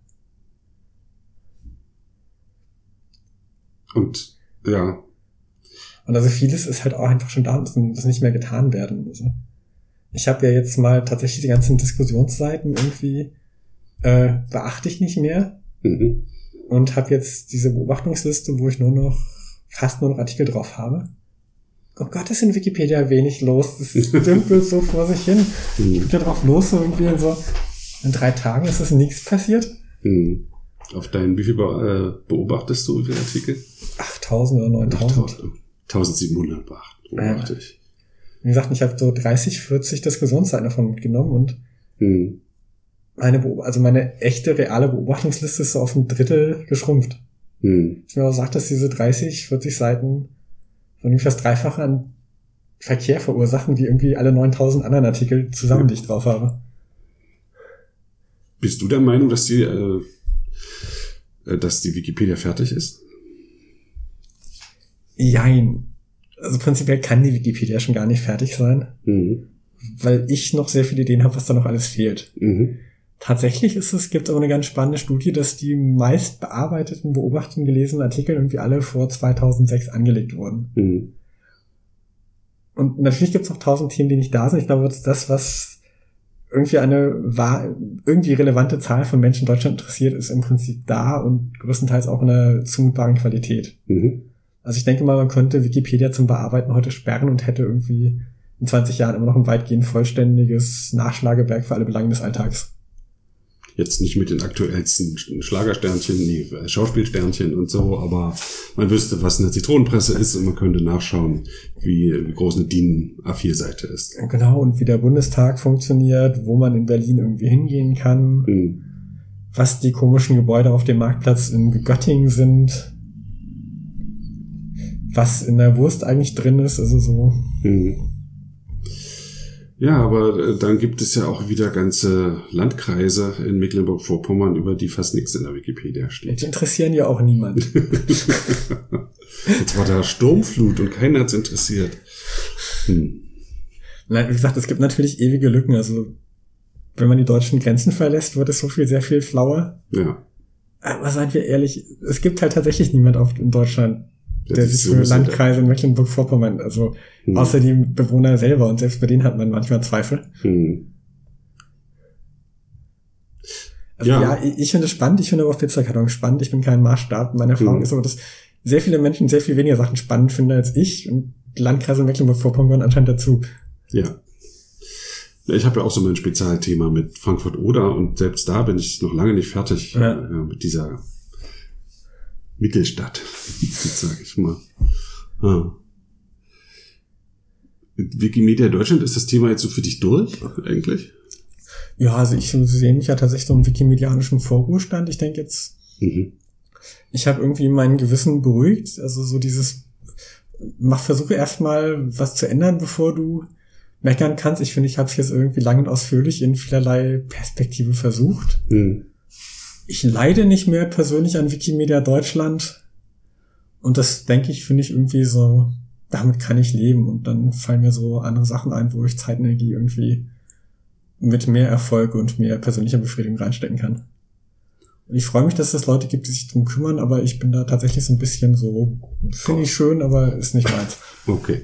[SPEAKER 2] Und, ja.
[SPEAKER 3] Und also vieles ist halt auch einfach schon da und das nicht mehr getan werden. Also ich habe ja jetzt mal tatsächlich die ganzen Diskussionsseiten irgendwie beachte ich nicht mehr und habe jetzt diese Beobachtungsliste, wo ich fast nur noch Artikel drauf habe. Oh Gott, ist in Wikipedia wenig los. Das dümpelt so vor sich hin. Ich bin da drauf los, so irgendwie so. In 3 Tagen ist es nichts passiert.
[SPEAKER 2] Mhm. Wie viel beobachtest du, wie viele Artikel?
[SPEAKER 3] 8.000 oder 9.000.
[SPEAKER 2] 1.700 beobachte ich.
[SPEAKER 3] Wie gesagt, ich habe so 30, 40 Diskussionsseiten davon mitgenommen und meine echte, reale Beobachtungsliste ist so auf ein Drittel geschrumpft. Ich mir auch sagt, dass diese 30, 40 Seiten so ungefähr das Dreifache an Verkehr verursachen, wie irgendwie alle 9.000 anderen Artikel zusammen, die ich drauf habe.
[SPEAKER 2] Bist du der Meinung, dass die Wikipedia fertig ist?
[SPEAKER 3] Jein. Also prinzipiell kann die Wikipedia schon gar nicht fertig sein. Mhm. weil ich noch sehr viele Ideen habe, was da noch alles fehlt. Tatsächlich gibt es aber eine ganz spannende Studie, dass die meist bearbeiteten, beobachteten, gelesenen Artikel irgendwie alle vor 2006 angelegt wurden. Und natürlich gibt es noch 1000 Themen, die nicht da sind. Ich glaube, das, was irgendwie irgendwie relevante Zahl von Menschen in Deutschland interessiert, ist im Prinzip da und größtenteils auch in einer zumutbaren Qualität. Also ich denke mal, man könnte Wikipedia zum Bearbeiten heute sperren und hätte irgendwie in 20 Jahren immer noch ein weitgehend vollständiges Nachschlagewerk für alle Belange des Alltags.
[SPEAKER 2] Jetzt nicht mit den aktuellsten Schlagersternchen, Schauspielsternchen und so, aber man wüsste, was eine Zitronenpresse ist und man könnte nachschauen, wie groß eine DIN A4-Seite ist.
[SPEAKER 3] Genau, und wie der Bundestag funktioniert, wo man in Berlin irgendwie hingehen kann, was die komischen Gebäude auf dem Marktplatz in Göttingen sind, was in der Wurst eigentlich drin ist, also so.
[SPEAKER 2] Ja, aber dann gibt es ja auch wieder ganze Landkreise in Mecklenburg-Vorpommern, über die fast nichts in der Wikipedia steht.
[SPEAKER 3] Die interessieren ja auch niemand.
[SPEAKER 2] Jetzt war da Sturmflut und keiner hat's interessiert.
[SPEAKER 3] Nein, wie gesagt, es gibt natürlich ewige Lücken. Also wenn man die deutschen Grenzen verlässt, wird es sehr viel flauer.
[SPEAKER 2] Ja.
[SPEAKER 3] Aber seien wir ehrlich, es gibt halt tatsächlich niemand in Deutschland, der sich für Landkreise in Mecklenburg-Vorpommern, also außer die Bewohner selber, und selbst bei denen hat man manchmal Zweifel. Also ja, ich finde es spannend, ich finde aber auch Pizzakartons spannend, ich bin kein Maßstab. Meine Erfahrung ist aber, dass sehr viele Menschen sehr viel weniger Sachen spannend finden als ich, und die Landkreise in Mecklenburg-Vorpommern anscheinend dazu.
[SPEAKER 2] Ja. Ich habe ja auch so mein Spezialthema mit Frankfurt-Oder, und selbst da bin ich noch lange nicht fertig mit dieser Mittelstadt, sage ich mal. Wikimedia Deutschland, ist das Thema jetzt so für dich durch, eigentlich?
[SPEAKER 3] Ja, also ich sehe mich ja tatsächlich so im wikimedianischen Vorruhestand. Ich denke jetzt, ich habe irgendwie mein Gewissen beruhigt. Also so versuche erstmal was zu ändern, bevor du meckern kannst. Ich finde, ich habe es jetzt irgendwie lang und ausführlich in vielerlei Perspektive versucht. Ich leide nicht mehr persönlich an Wikimedia Deutschland. Und das, denke ich, finde ich irgendwie so, damit kann ich leben. Und dann fallen mir so andere Sachen ein, wo ich Zeit und Energie irgendwie mit mehr Erfolg und mehr persönlicher Befriedigung reinstecken kann. Und ich freue mich, dass es Leute gibt, die sich drum kümmern, aber ich bin da tatsächlich so ein bisschen so, finde ich schön, aber ist nicht meins.
[SPEAKER 2] Okay.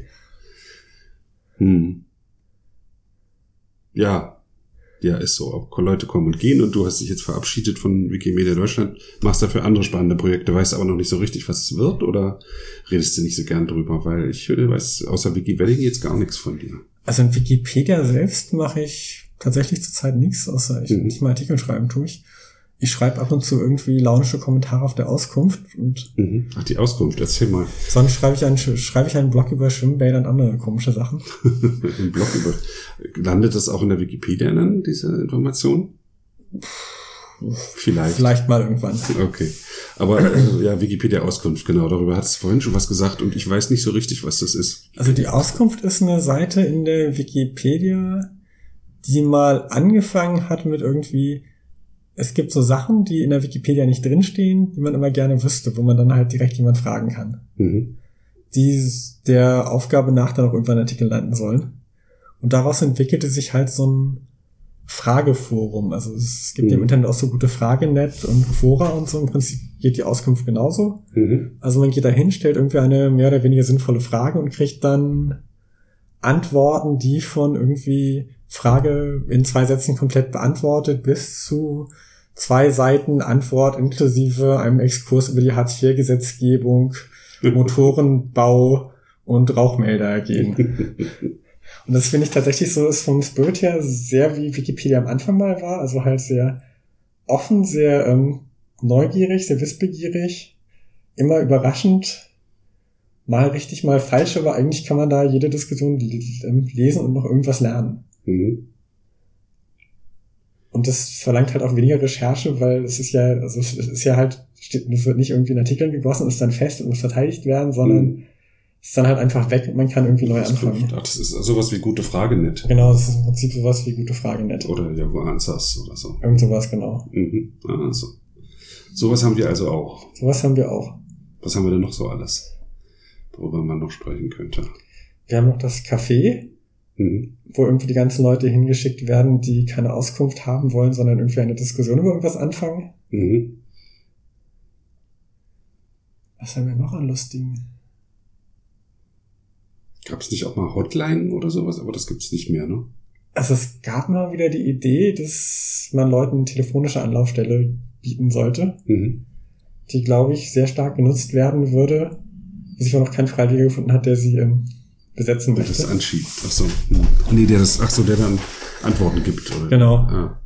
[SPEAKER 2] Ja, ist so. Auch Leute kommen und gehen, und du hast dich jetzt verabschiedet von Wikimedia Deutschland, machst dafür andere spannende Projekte, weißt aber noch nicht so richtig, was es wird, oder redest du nicht so gern drüber? Weil ich weiß außer Wiki-Wedding jetzt gar nichts von dir.
[SPEAKER 3] Also in Wikipedia selbst mache ich tatsächlich zurzeit nichts, außer ich nicht mal Artikel schreiben tue ich. Ich schreibe ab und zu irgendwie launische Kommentare auf der Auskunft und
[SPEAKER 2] Ach, die Auskunft, erzähl mal.
[SPEAKER 3] Sonst schreibe ich einen Blog über Schwimmbäder und andere komische Sachen.
[SPEAKER 2] Ein Blog landet das auch in der Wikipedia dann, diese Information? Vielleicht
[SPEAKER 3] mal irgendwann.
[SPEAKER 2] Okay. Aber ja, Wikipedia-Auskunft, genau, darüber hattest du vorhin schon was gesagt, und ich weiß nicht so richtig, was das ist.
[SPEAKER 3] Also die Auskunft ist eine Seite in der Wikipedia, die mal angefangen hat mit irgendwie, es gibt so Sachen, die in der Wikipedia nicht drinstehen, die man immer gerne wüsste, wo man dann halt direkt jemand fragen kann. Die der Aufgabe nach dann auch irgendwann Artikel landen sollen. Und daraus entwickelte sich halt so ein Frageforum. Also es gibt im Internet auch so gute Fragenet und Fora und so. Im Prinzip geht die Auskunft genauso. Also man geht da hin, stellt irgendwie eine mehr oder weniger sinnvolle Frage und kriegt dann Antworten, die von irgendwie Frage in 2 Sätzen komplett beantwortet bis zu 2 Seiten Antwort inklusive einem Exkurs über die Hartz-IV-Gesetzgebung, Motorenbau und Rauchmelder gehen. Und das finde ich tatsächlich so, ist vom Spirit her sehr wie Wikipedia am Anfang mal war, also halt sehr offen, sehr neugierig, sehr wissbegierig, immer überraschend, mal richtig, mal falsch, aber eigentlich kann man da jede Diskussion lesen und noch irgendwas lernen. Und das verlangt halt auch weniger Recherche, weil es ist ja halt, es wird nicht irgendwie in Artikeln gegossen und ist dann fest und muss verteidigt werden, sondern es ist dann halt einfach weg und man kann irgendwie neu anfangen.
[SPEAKER 2] Das ist sowas wie Gute Fragenet.
[SPEAKER 3] Genau, das ist im Prinzip sowas wie Gute Fragenet.
[SPEAKER 2] Oder Yahoo Answers oder so.
[SPEAKER 3] Irgend sowas, genau.
[SPEAKER 2] Also. Sowas haben wir also auch.
[SPEAKER 3] Sowas haben wir auch.
[SPEAKER 2] Was haben wir denn noch so alles, worüber man noch sprechen könnte?
[SPEAKER 3] Wir haben noch das Café. wo irgendwie die ganzen Leute hingeschickt werden, die keine Auskunft haben wollen, sondern irgendwie eine Diskussion über irgendwas anfangen. Was haben wir noch an lustigen?
[SPEAKER 2] Gab es nicht auch mal Hotline oder sowas? Aber das gibt's nicht mehr, ne?
[SPEAKER 3] Also es gab mal wieder die Idee, dass man Leuten eine telefonische Anlaufstelle bieten sollte, die, glaube ich, sehr stark genutzt werden würde, wo sich auch noch kein Freiwilliger gefunden hat, der sie besetzen möchte.
[SPEAKER 2] Der das anschiebt. Achso. Nee, der dann Antworten gibt. Oder?
[SPEAKER 3] Genau.
[SPEAKER 2] Ah.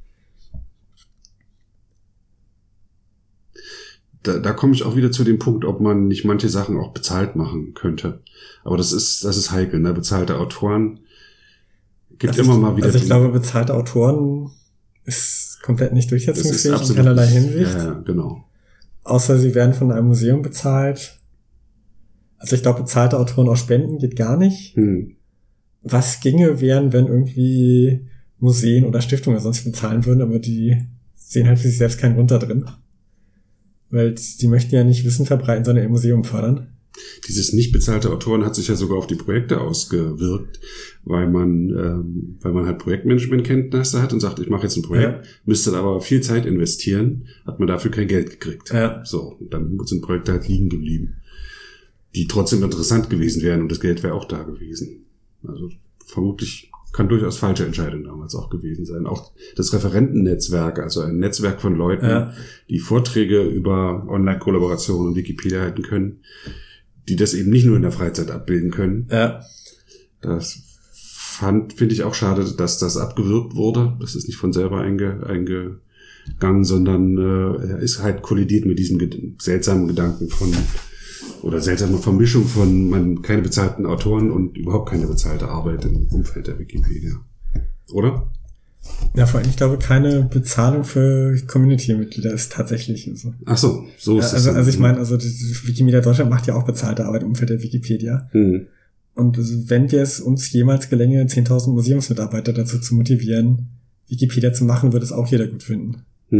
[SPEAKER 2] Da komme ich auch wieder zu dem Punkt, ob man nicht manche Sachen auch bezahlt machen könnte. Aber das ist heikel, ne? Bezahlte Autoren gibt also immer mal wieder.
[SPEAKER 3] Also ich glaube, bezahlte Autoren ist komplett nicht durchsetzungsfähig in keinerlei Hinsicht.
[SPEAKER 2] Ja, genau.
[SPEAKER 3] Außer sie werden von einem Museum bezahlt. Also ich glaube, bezahlte Autoren aus Spenden geht gar nicht. Was ginge, wären, wenn irgendwie Museen oder Stiftungen sonst bezahlen würden, aber die sehen halt für sich selbst keinen Grund da drin. Weil die möchten ja nicht Wissen verbreiten, sondern ihr Museum fördern.
[SPEAKER 2] Dieses nicht bezahlte Autoren hat sich ja sogar auf die Projekte ausgewirkt, weil man halt Projektmanagement-Kenntnisse hat und sagt, ich mache jetzt ein Projekt, müsste dann aber viel Zeit investieren, hat man dafür kein Geld gekriegt.
[SPEAKER 3] Ja.
[SPEAKER 2] So, und dann sind Projekte halt liegen geblieben, die trotzdem interessant gewesen wären und das Geld wäre auch da gewesen. Also vermutlich kann durchaus falsche Entscheidung damals auch gewesen sein. Auch das Referentennetzwerk, also ein Netzwerk von Leuten, die Vorträge über Online-Kollaboration und Wikipedia halten können, die das eben nicht nur in der Freizeit abbilden können.
[SPEAKER 3] Ja.
[SPEAKER 2] Das finde ich auch schade, dass das abgewürgt wurde. Das ist nicht von selber eingegangen, sondern ist halt kollidiert mit diesem seltsamen Gedanken oder seltsame Vermischung von keine bezahlten Autoren und überhaupt keine bezahlte Arbeit im Umfeld der Wikipedia. Oder?
[SPEAKER 3] Ja, vor allem, ich glaube, keine Bezahlung für Community-Mitglieder ist tatsächlich so.
[SPEAKER 2] Ach so, so ist es.
[SPEAKER 3] Also ich meine, also die Wikimedia Deutschland macht ja auch bezahlte Arbeit im Umfeld der Wikipedia. Und wenn wir es uns jemals gelänge, 10.000 Museumsmitarbeiter dazu zu motivieren, Wikipedia zu machen, würde es auch jeder gut finden.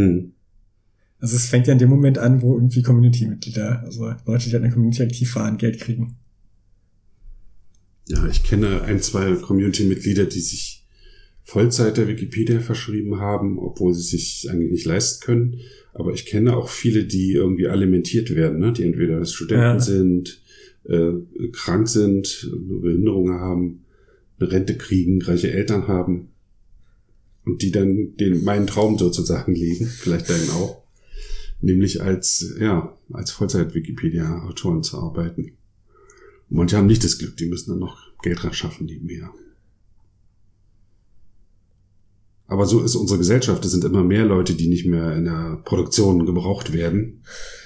[SPEAKER 3] Also es fängt ja in dem Moment an, wo irgendwie Community-Mitglieder, also Leute, die halt in der Community aktiv waren, Geld kriegen.
[SPEAKER 2] Ja, ich kenne 1-2 Community-Mitglieder, die sich Vollzeit der Wikipedia verschrieben haben, obwohl sie sich eigentlich nicht leisten können. Aber ich kenne auch viele, die irgendwie alimentiert werden, ne? Die entweder Studenten sind, krank sind, eine Behinderung haben, eine Rente kriegen, reiche Eltern haben und die dann meinen Traum sozusagen leben, vielleicht dann auch, nämlich als Vollzeit-Wikipedia-Autoren zu arbeiten. Und manche haben nicht das Glück, die müssen dann noch Geld schaffen nebenher. Aber so ist unsere Gesellschaft. Es sind immer mehr Leute, die nicht mehr in der Produktion gebraucht werden.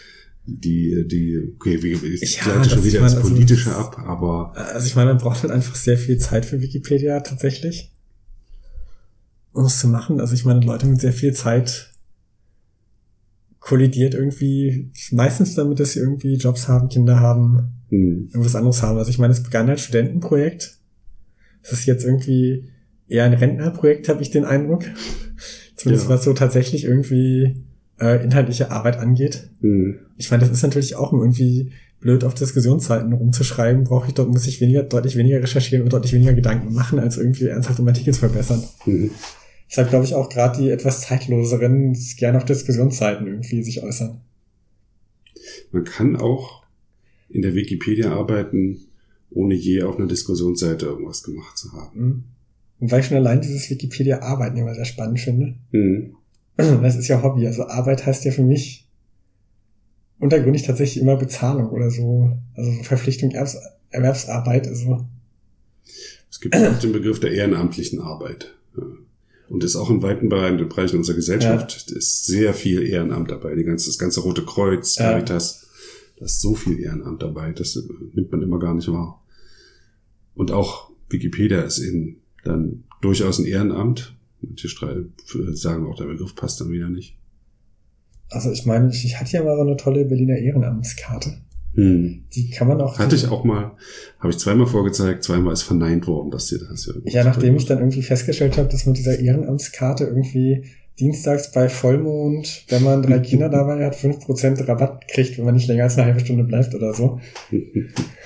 [SPEAKER 2] Ich leite schon wieder ins Politische ab, aber...
[SPEAKER 3] Also ich meine, man braucht halt einfach sehr viel Zeit für Wikipedia tatsächlich, um es zu machen. Also ich meine, Leute mit sehr viel Zeit kollidiert irgendwie meistens damit, dass sie irgendwie Jobs haben, Kinder haben, irgendwas anderes haben. Also ich meine, es begann als Studentenprojekt. Es ist jetzt irgendwie eher ein Rentnerprojekt, habe ich den Eindruck. Zumindest was so tatsächlich irgendwie inhaltliche Arbeit angeht. Ich meine, das ist natürlich auch irgendwie blöd, auf Diskussionsseiten rumzuschreiben. Muss ich deutlich weniger recherchieren und deutlich weniger Gedanken machen, als irgendwie ernsthaft um Artikel zu verbessern. Deshalb glaube ich auch gerade die etwas zeitloseren gerne auf Diskussionsseiten irgendwie sich äußern.
[SPEAKER 2] Man kann auch in der Wikipedia arbeiten, ohne je auf einer Diskussionsseite irgendwas gemacht zu haben.
[SPEAKER 3] Und weil ich schon allein dieses Wikipedia-Arbeiten immer sehr spannend finde. Das ist ja Hobby. Also Arbeit heißt ja für mich untergründig tatsächlich immer Bezahlung oder so. Also Verpflichtung, Erwerbsarbeit. Also.
[SPEAKER 2] Es gibt auch den Begriff der ehrenamtlichen Arbeit. Und ist auch in weiten Bereichen unserer Gesellschaft ist sehr viel Ehrenamt dabei. Das ganze Rote Kreuz, Caritas, da ist so viel Ehrenamt dabei. Das nimmt man immer gar nicht wahr. Und auch Wikipedia ist eben dann durchaus ein Ehrenamt. Manche sagen auch, der Begriff passt dann wieder nicht.
[SPEAKER 3] Also ich meine, ich hatte ja mal so eine tolle Berliner Ehrenamtskarte. Die kann man auch...
[SPEAKER 2] Hatte ich auch mal, habe ich zweimal vorgezeigt, zweimal ist verneint worden, dass dir das
[SPEAKER 3] ja, nachdem ich dann irgendwie festgestellt habe, dass man dieser Ehrenamtskarte irgendwie dienstags bei Vollmond, wenn man 3 Kinder dabei hat, 5% Rabatt kriegt, wenn man nicht länger als eine halbe Stunde bleibt oder so.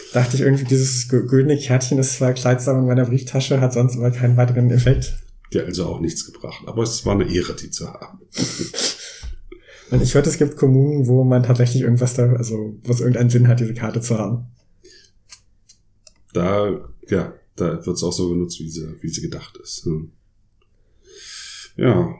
[SPEAKER 3] dachte ich irgendwie, dieses güldene Kärtchen ist zwar kleidsam in meiner Brieftasche, hat sonst aber keinen weiteren Effekt.
[SPEAKER 2] Ja, also auch nichts gebracht. Aber es war eine Ehre, die zu haben.
[SPEAKER 3] Und ich hörte, es gibt Kommunen, wo man tatsächlich irgendwas da, also wo es irgendeinen Sinn hat, diese Karte zu haben.
[SPEAKER 2] Da wird es auch so genutzt, wie sie gedacht ist. Ja.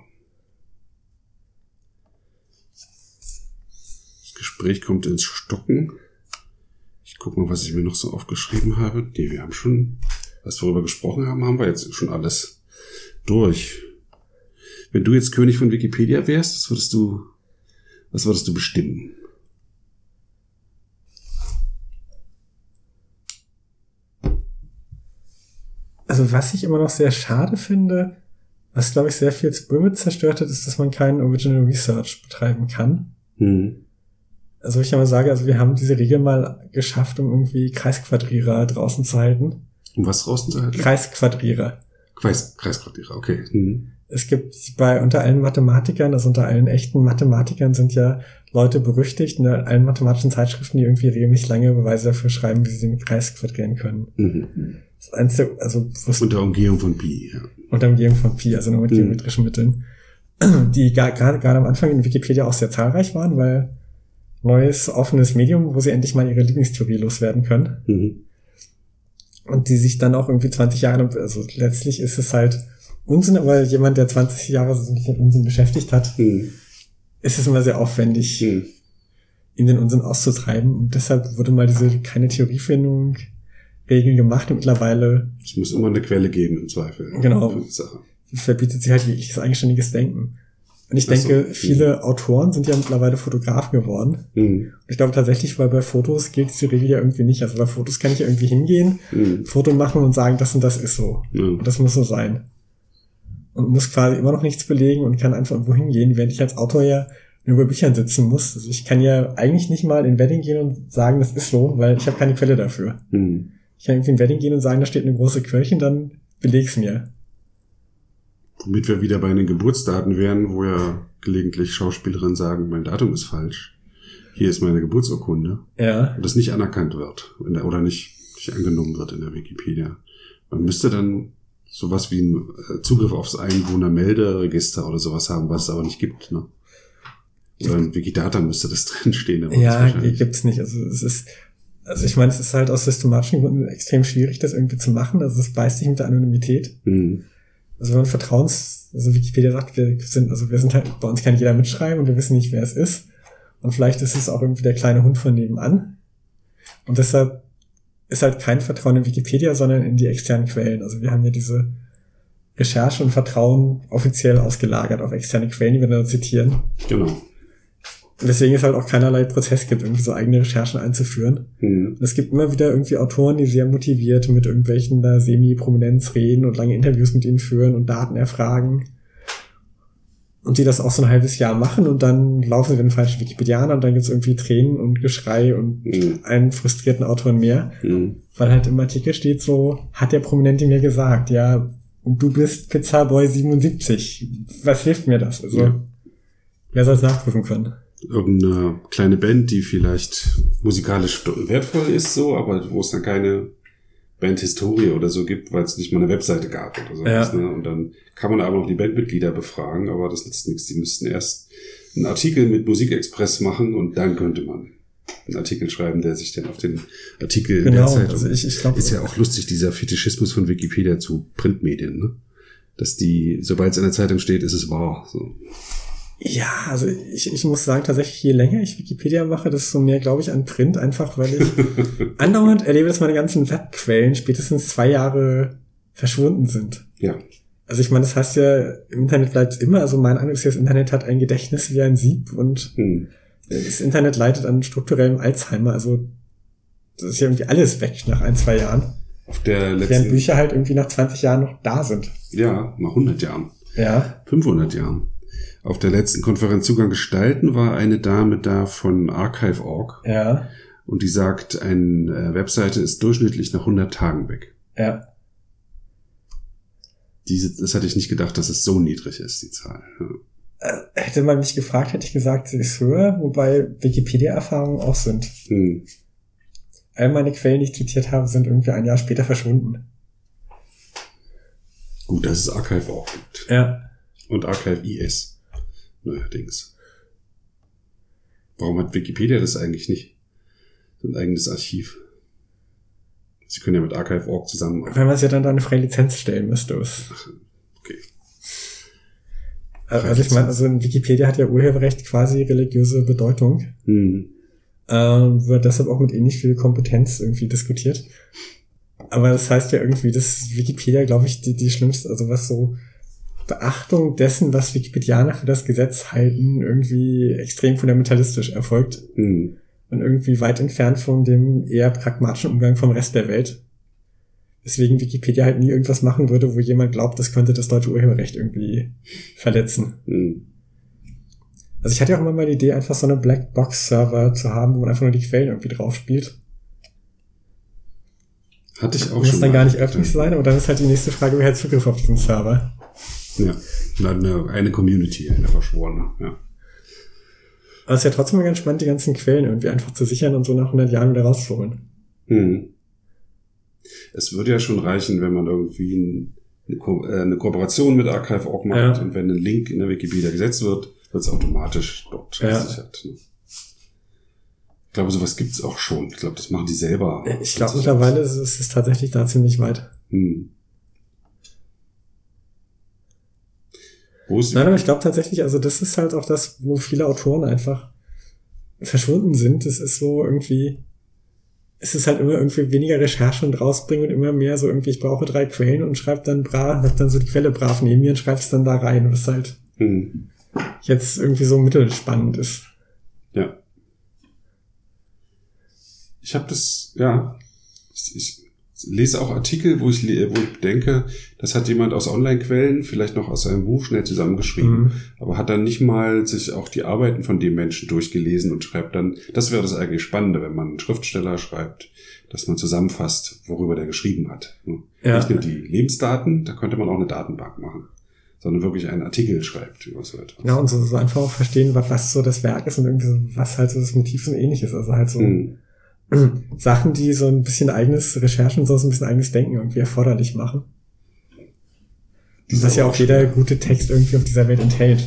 [SPEAKER 2] Das Gespräch kommt ins Stocken. Ich guck mal, was ich mir noch so aufgeschrieben habe. Nee, wir haben schon, was wir darüber gesprochen haben, haben wir jetzt schon alles durch. Wenn du jetzt König von Wikipedia wärst, was würdest du bestimmen?
[SPEAKER 3] Also was ich immer noch sehr schade finde, was glaube ich sehr viel Spirit zerstört hat, ist, dass man keinen Original Research betreiben kann. Also ich immer sage, also wir haben diese Regel mal geschafft, um irgendwie Kreisquadrierer draußen zu halten.
[SPEAKER 2] Um was draußen zu halten?
[SPEAKER 3] Kreisquadrierer.
[SPEAKER 2] Kreisquadrierer, okay.
[SPEAKER 3] Es gibt unter allen Mathematikern, also unter allen echten Mathematikern sind ja Leute berüchtigt in allen mathematischen Zeitschriften, die irgendwie regelmäßig lange Beweise dafür schreiben, wie sie den Kreis quadrieren können. Das Einzige, also
[SPEAKER 2] unter Umgehung von Pi, ja.
[SPEAKER 3] Unter Umgehung von Pi, also nur mit geometrischen Mitteln. Die gerade am Anfang in Wikipedia auch sehr zahlreich waren, weil neues, offenes Medium, wo sie endlich mal ihre Lieblingstheorie loswerden können. Und die sich dann auch irgendwie 20 Jahre, also letztlich ist es halt Unsinn, weil jemand, der 20 Jahre sich mit Unsinn beschäftigt hat, ist es immer sehr aufwendig, in den Unsinn auszutreiben. Und deshalb wurde mal keine Theoriefindung Regeln gemacht und mittlerweile...
[SPEAKER 2] Es muss immer eine Quelle geben, im Zweifel.
[SPEAKER 3] Genau. Verbietet sie halt jegliches eigenständiges Denken. Und ich denke, viele Autoren sind ja mittlerweile Fotografen geworden. Und ich glaube tatsächlich, weil bei Fotos gilt diese Regel ja irgendwie nicht. Also bei Fotos kann ich ja irgendwie hingehen, Foto machen und sagen, das und das ist so. Und das muss so sein. Und muss quasi immer noch nichts belegen und kann einfach irgendwo hingehen, während ich als Autor ja nur bei Büchern sitzen muss. Also ich kann ja eigentlich nicht mal in Wedding gehen und sagen, das ist so, weil ich habe keine Quelle dafür. Ich kann irgendwie in Wedding gehen und sagen, da steht eine große Quellchen, dann beleg's mir.
[SPEAKER 2] Womit wir wieder bei den Geburtsdaten wären, wo ja gelegentlich Schauspielerinnen sagen, mein Datum ist falsch. Hier ist meine Geburtsurkunde. Ja. Und das nicht anerkannt wird oder nicht angenommen wird in der Wikipedia. Man müsste dann sowas wie einen Zugriff aufs Einwohnermelderegister oder sowas haben, was es aber nicht gibt, ne? Oder in Wikidata müsste das drinstehen.
[SPEAKER 3] Ja, gibt's nicht. Also ich meine, es ist halt aus systematischen Gründen extrem schwierig, das irgendwie zu machen. Also es beißt sich mit der Anonymität. Also wenn man also Wikipedia sagt, wir sind halt, bei uns kann jeder mitschreiben und wir wissen nicht, wer es ist. Und vielleicht ist es auch irgendwie der kleine Hund von nebenan. Und deshalb ist halt kein Vertrauen in Wikipedia, sondern in die externen Quellen. Also wir haben ja diese Recherche und Vertrauen offiziell ausgelagert auf externe Quellen, die wir dann zitieren.
[SPEAKER 2] Genau.
[SPEAKER 3] Und deswegen es halt auch keinerlei Prozess gibt, irgendwie so eigene Recherchen einzuführen. Und es gibt immer wieder irgendwie Autoren, die sehr motiviert mit irgendwelchen da Semi-Prominenz reden und lange Interviews mit ihnen führen und Daten erfragen. Und die das auch so ein halbes Jahr machen und dann laufen sie mit den falschen Wikipedianern und dann gibt's irgendwie Tränen und Geschrei und einen frustrierten Autoren mehr. Weil halt im Artikel steht so, hat der Prominente mir gesagt, ja, du bist Pizzaboy 77. Was hilft mir das? Also, wer soll es nachprüfen können?
[SPEAKER 2] Irgendeine kleine Band, die vielleicht musikalisch wertvoll ist, so, aber wo es dann keine Bandhistorie oder so gibt, weil es nicht mal eine Webseite gab oder sowas. Ne? Und dann kann man aber noch die Bandmitglieder befragen, aber das nützt nichts. Die müssten erst einen Artikel mit Musikexpress machen und dann könnte man einen Artikel schreiben, der sich dann auf den Artikel in der Zeitung...
[SPEAKER 3] Also ich glaub,
[SPEAKER 2] ist ja auch lustig, dieser Fetischismus von Wikipedia zu Printmedien, ne? Dass sobald es in der Zeitung steht, ist es wahr. So.
[SPEAKER 3] Ja, also ich muss sagen, tatsächlich, je länger ich Wikipedia mache, desto mehr glaube ich an Print, einfach weil ich andauernd erlebe, dass meine ganzen Webquellen spätestens 2 Jahre verschwunden sind.
[SPEAKER 2] Ja.
[SPEAKER 3] Also ich meine, das heißt ja, im Internet bleibt es immer, also mein Eindruck ist ja, das Internet hat ein Gedächtnis wie ein Sieb und das Internet leidet an strukturellem Alzheimer, also das ist ja irgendwie alles weg nach 1-2 Jahren. Während Bücher halt irgendwie nach 20 Jahren noch da sind.
[SPEAKER 2] Ja, nach 100 Jahren.
[SPEAKER 3] Ja.
[SPEAKER 2] 500 Jahren. Auf der letzten Konferenz Zugang gestalten war eine Dame da von Archive.org.
[SPEAKER 3] Ja.
[SPEAKER 2] Und die sagt, eine Webseite ist durchschnittlich nach 100 Tagen weg.
[SPEAKER 3] Ja.
[SPEAKER 2] Das hatte ich nicht gedacht, dass es so niedrig ist, die Zahl. Ja.
[SPEAKER 3] Hätte man mich gefragt, hätte ich gesagt, sie ist höher, wobei Wikipedia-Erfahrungen auch sind. all meine Quellen, die ich zitiert habe, sind irgendwie ein Jahr später verschwunden.
[SPEAKER 2] Gut, dass es Archive auch gibt.
[SPEAKER 3] Ja.
[SPEAKER 2] Und Archive IS. Neuerdings. Warum hat Wikipedia das eigentlich nicht? So ein eigenes Archiv. Sie können ja mit Archive.org zusammenarbeiten.
[SPEAKER 3] Wenn man es ja dann da eine freie Lizenz stellen müsste.
[SPEAKER 2] Ach, okay.
[SPEAKER 3] Also ich meine, also in Wikipedia hat ja Urheberrecht quasi religiöse Bedeutung. Wird deshalb auch mit ähnlich viel Kompetenz irgendwie diskutiert. Aber das heißt ja irgendwie, dass Wikipedia, glaube ich, die schlimmste, also was so Beachtung dessen, was Wikipedianer für das Gesetz halten, irgendwie extrem fundamentalistisch erfolgt. Und irgendwie weit entfernt von dem eher pragmatischen Umgang vom Rest der Welt. Deswegen Wikipedia halt nie irgendwas machen würde, wo jemand glaubt, das könnte das deutsche Urheberrecht irgendwie verletzen. Also ich hatte ja auch immer mal die Idee, einfach so eine Blackbox-Server zu haben, wo man einfach nur die Quellen irgendwie drauf spielt.
[SPEAKER 2] Hatte ich auch
[SPEAKER 3] muss
[SPEAKER 2] schon.
[SPEAKER 3] Dann gar nicht öffentlich sein, aber dann ist halt die nächste Frage, wer hat Zugriff auf diesen Server?
[SPEAKER 2] Ja, eine Community, eine verschworene, ja.
[SPEAKER 3] Aber es ist ja trotzdem mal ganz spannend, die ganzen Quellen irgendwie einfach zu sichern und so nach 100 Jahren wieder rauszuholen.
[SPEAKER 2] Es würde ja schon reichen, wenn man irgendwie eine Kooperation mit Archive.org macht und wenn ein Link in der Wikipedia gesetzt wird, wird es automatisch dort gesichert. Ne? Ich glaube, sowas gibt's auch schon. Ich glaube, das machen die selber.
[SPEAKER 3] Ich glaube, mittlerweile ist es tatsächlich da ziemlich weit. Nein, aber ich glaube tatsächlich, also das ist halt auch das, wo viele Autoren einfach verschwunden sind. Das ist so irgendwie, es ist halt immer irgendwie weniger Recherche und rausbringen und immer mehr so irgendwie, ich brauche 3 Quellen und schreibe dann hab dann so die Quelle brav neben mir und schreibe es dann da rein. Und das halt jetzt irgendwie so mittelspannend ist.
[SPEAKER 2] Ja. Ich habe das, ich lese auch Artikel, wo ich denke, das hat jemand aus Online-Quellen, vielleicht noch aus seinem Buch schnell zusammengeschrieben, aber hat dann nicht mal sich auch die Arbeiten von dem Menschen durchgelesen und schreibt dann, das wäre das eigentlich Spannende, wenn man einen Schriftsteller schreibt, dass man zusammenfasst, worüber der geschrieben hat. Nicht nur die Lebensdaten, da könnte man auch eine Datenbank machen, sondern wirklich einen Artikel schreibt über so etwas.
[SPEAKER 3] Ja, und so einfach auch verstehen, was so das Werk ist und irgendwie so, was halt so das Motiv und ähnliches, also halt so Sachen, die so ein bisschen eigenes Recherchen, so ein bisschen eigenes Denken irgendwie erforderlich machen. Was ja auch jeder gute Text irgendwie auf dieser Welt enthält.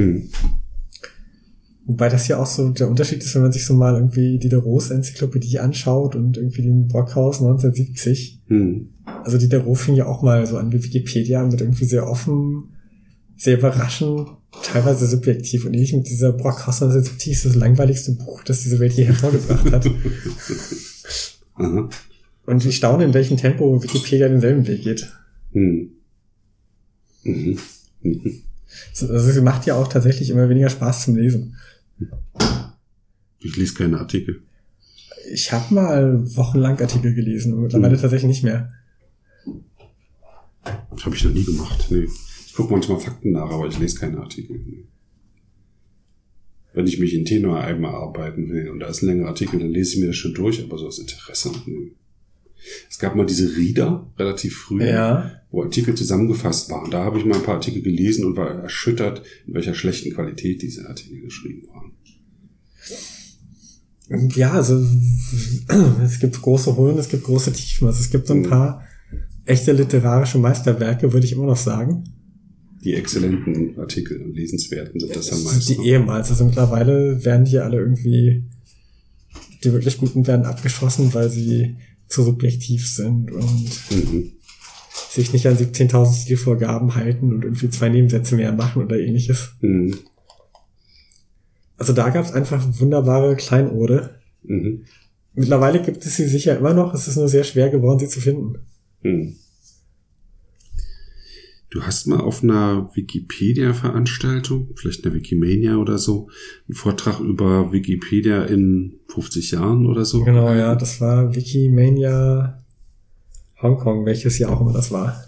[SPEAKER 3] Wobei das ja auch so der Unterschied ist, wenn man sich so mal irgendwie die Diderot-Enzyklopädie anschaut und irgendwie den Brockhaus 1970. Also Diderot fing ja auch mal so an wie Wikipedia mit irgendwie sehr offen, sehr überraschend, teilweise subjektiv und ähnlich mit dieser Brockhaus 1970 ist das langweiligste Buch, das diese Welt je hervorgebracht hat. Und ich staune, in welchem Tempo Wikipedia denselben Weg geht. Also sie macht ja auch tatsächlich immer weniger Spaß zum Lesen.
[SPEAKER 2] Ich lese keine Artikel.
[SPEAKER 3] Ich habe mal wochenlang Artikel gelesen und mittlerweile tatsächlich nicht mehr.
[SPEAKER 2] Das habe ich noch nie gemacht. Nee. Ich gucke manchmal Fakten nach, aber ich lese keine Artikel. Nee. Wenn ich mich in Tenor einmal arbeiten will und da ist ein längerer Artikel, dann lese ich mir das schon durch, aber so aus Interesse. Nee. Es gab mal diese Reader, relativ früh, wo Artikel zusammengefasst waren. Da habe ich mal ein paar Artikel gelesen und war erschüttert, in welcher schlechten Qualität diese Artikel geschrieben waren.
[SPEAKER 3] Ja, also es gibt große Höhen, es gibt große Tiefen. Also es gibt so ein paar echte literarische Meisterwerke, würde ich immer noch sagen.
[SPEAKER 2] Die exzellenten Artikel und lesenswerten sind das am meisten.
[SPEAKER 3] Die ehemals, also mittlerweile werden die alle irgendwie, die wirklich guten werden abgeschossen, weil sie zu subjektiv sind und sich nicht an 17.000 Stilvorgaben halten und irgendwie 2 Nebensätze mehr machen oder ähnliches. Also da gab es einfach wunderbare Kleinode. Mittlerweile gibt es sie sicher immer noch, es ist nur sehr schwer geworden, sie zu finden.
[SPEAKER 2] Du hast mal auf einer Wikipedia-Veranstaltung, vielleicht einer Wikimania oder so, einen Vortrag über Wikipedia in 50 Jahren oder so.
[SPEAKER 3] Genau, ja, das war Wikimania Hongkong, welches Jahr auch immer das war.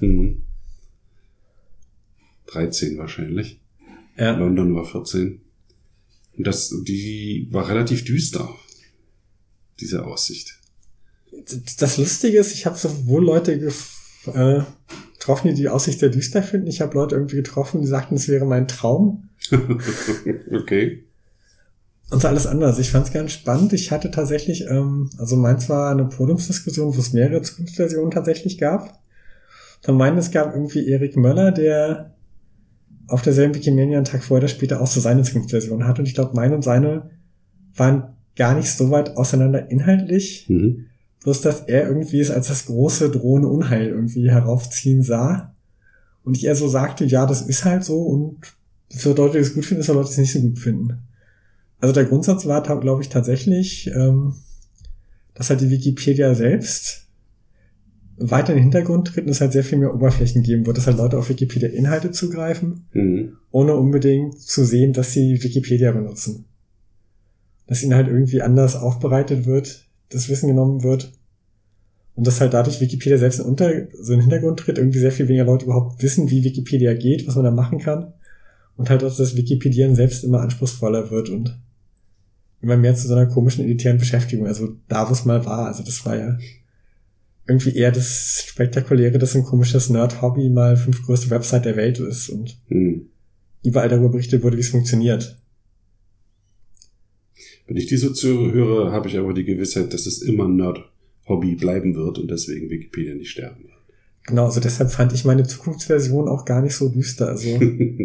[SPEAKER 2] 13 wahrscheinlich.
[SPEAKER 3] Ja.
[SPEAKER 2] London war 14. Und die war relativ düster, diese Aussicht.
[SPEAKER 3] Das Lustige ist, ich habe sowohl Leute getroffen, die Aussicht sehr düster finden. Ich habe Leute irgendwie getroffen, die sagten, es wäre mein Traum.
[SPEAKER 2] Okay.
[SPEAKER 3] Und so alles anders. Ich fand es ganz spannend. Ich hatte tatsächlich, also meins war eine Podiumsdiskussion, wo es mehrere Zukunftsversionen tatsächlich gab. Dann meinen, es gab irgendwie Erik Möller, der auf derselben Wikimania einen Tag vorher oder später auch so seine Zukunftsversion hatte. Und ich glaube, meine und seine waren gar nicht so weit auseinander inhaltlich. Bloß, dass er irgendwie es als das große drohende Unheil irgendwie heraufziehen sah. Und ich eher so sagte, ja, das ist halt so und für Leute, die es gut finden, ist für Leute, die es nicht so gut finden. Also der Grundsatz war, glaube ich, tatsächlich, dass halt die Wikipedia selbst weiter in den Hintergrund tritt und es halt sehr viel mehr Oberflächen geben wird, dass halt Leute auf Wikipedia-Inhalte zugreifen, ohne unbedingt zu sehen, dass sie Wikipedia benutzen. Dass ihnen halt irgendwie anders aufbereitet wird, das Wissen genommen wird und dass halt dadurch Wikipedia selbst so in den Hintergrund tritt, irgendwie sehr viel weniger Leute überhaupt wissen, wie Wikipedia geht, was man da machen kann und halt auch das Wikipedieren selbst immer anspruchsvoller wird und immer mehr zu so einer komischen elitären Beschäftigung, also da, wo es mal war, also das war ja irgendwie eher das Spektakuläre, dass ein komisches Nerd-Hobby mal 5 größte Website der Welt ist und überall darüber berichtet wurde, wie es funktioniert.
[SPEAKER 2] Wenn ich die so zuhöre, habe ich aber die Gewissheit, dass es immer ein Nerd-Hobby bleiben wird und deswegen Wikipedia nicht sterben wird.
[SPEAKER 3] Genau, also deshalb fand ich meine Zukunftsversion auch gar nicht so düster. Also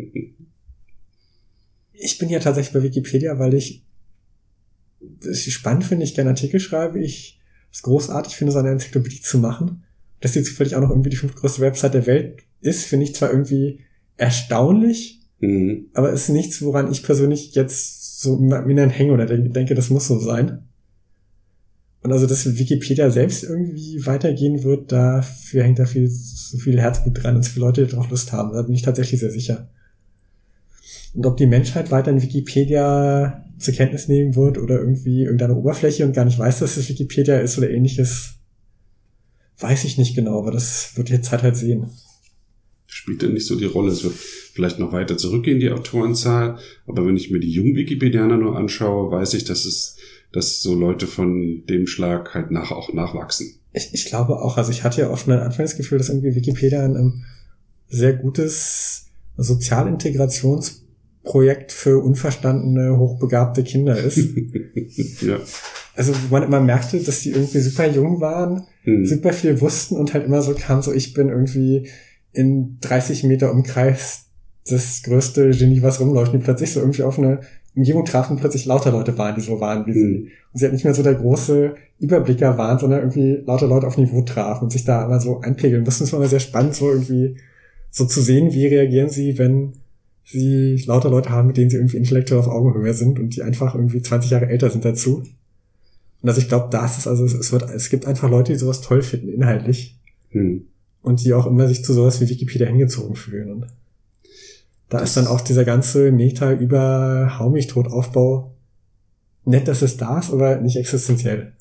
[SPEAKER 3] ich bin ja tatsächlich bei Wikipedia, weil ich es spannend finde, ich gerne Artikel schreibe, ich es großartig finde, so eine Enzyklopädie zu machen. Dass die zufällig auch noch irgendwie die 5 größte Website der Welt ist, finde ich zwar irgendwie erstaunlich, aber ist nichts, woran ich persönlich jetzt so im Inneren hänge oder denke, das muss so sein. Und also, dass Wikipedia selbst irgendwie weitergehen wird, dafür hängt da so viel Herzblut dran und so viele Leute, die darauf Lust haben. Da bin ich tatsächlich sehr sicher. Und ob die Menschheit weiter in Wikipedia zur Kenntnis nehmen wird oder irgendwie irgendeine Oberfläche und gar nicht weiß, dass es Wikipedia ist oder ähnliches, weiß ich nicht genau, aber das wird die Zeit halt sehen.
[SPEAKER 2] Spielt dann nicht so die Rolle. Es wird vielleicht noch weiter zurückgehen, die Autorenzahl. Aber wenn ich mir die jungen Wikipedianer nur anschaue, weiß ich, dass so Leute von dem Schlag halt auch nachwachsen.
[SPEAKER 3] Ich glaube auch, also ich hatte ja auch schon am Anfang das Gefühl, dass irgendwie Wikipedia ein sehr gutes Sozialintegrationsprojekt für unverstandene, hochbegabte Kinder ist.
[SPEAKER 2] Ja.
[SPEAKER 3] Also wo man immer merkte, dass die irgendwie super jung waren, super viel wussten und halt immer so kam, so ich bin irgendwie in 30 Meter Umkreis das größte Genie, was rumläuft, die plötzlich so irgendwie auf eine Umgebung trafen und plötzlich lauter Leute waren, die so waren wie sie. Und sie halt nicht mehr so der große Überblicker waren, sondern irgendwie lauter Leute auf Niveau trafen und sich da immer so einpegeln. Das ist immer sehr spannend, so irgendwie so zu sehen, wie reagieren sie, wenn sie lauter Leute haben, mit denen sie irgendwie intellektuell auf Augenhöhe sind und die einfach irgendwie 20 Jahre älter sind dazu. Und also ich glaube, es gibt einfach Leute, die sowas toll finden, inhaltlich. Und die auch immer sich zu sowas wie Wikipedia hingezogen fühlen. Und da ist dann auch dieser ganze Meta über Hau mich tot Aufbau nett, dass es da ist, aber nicht existenziell.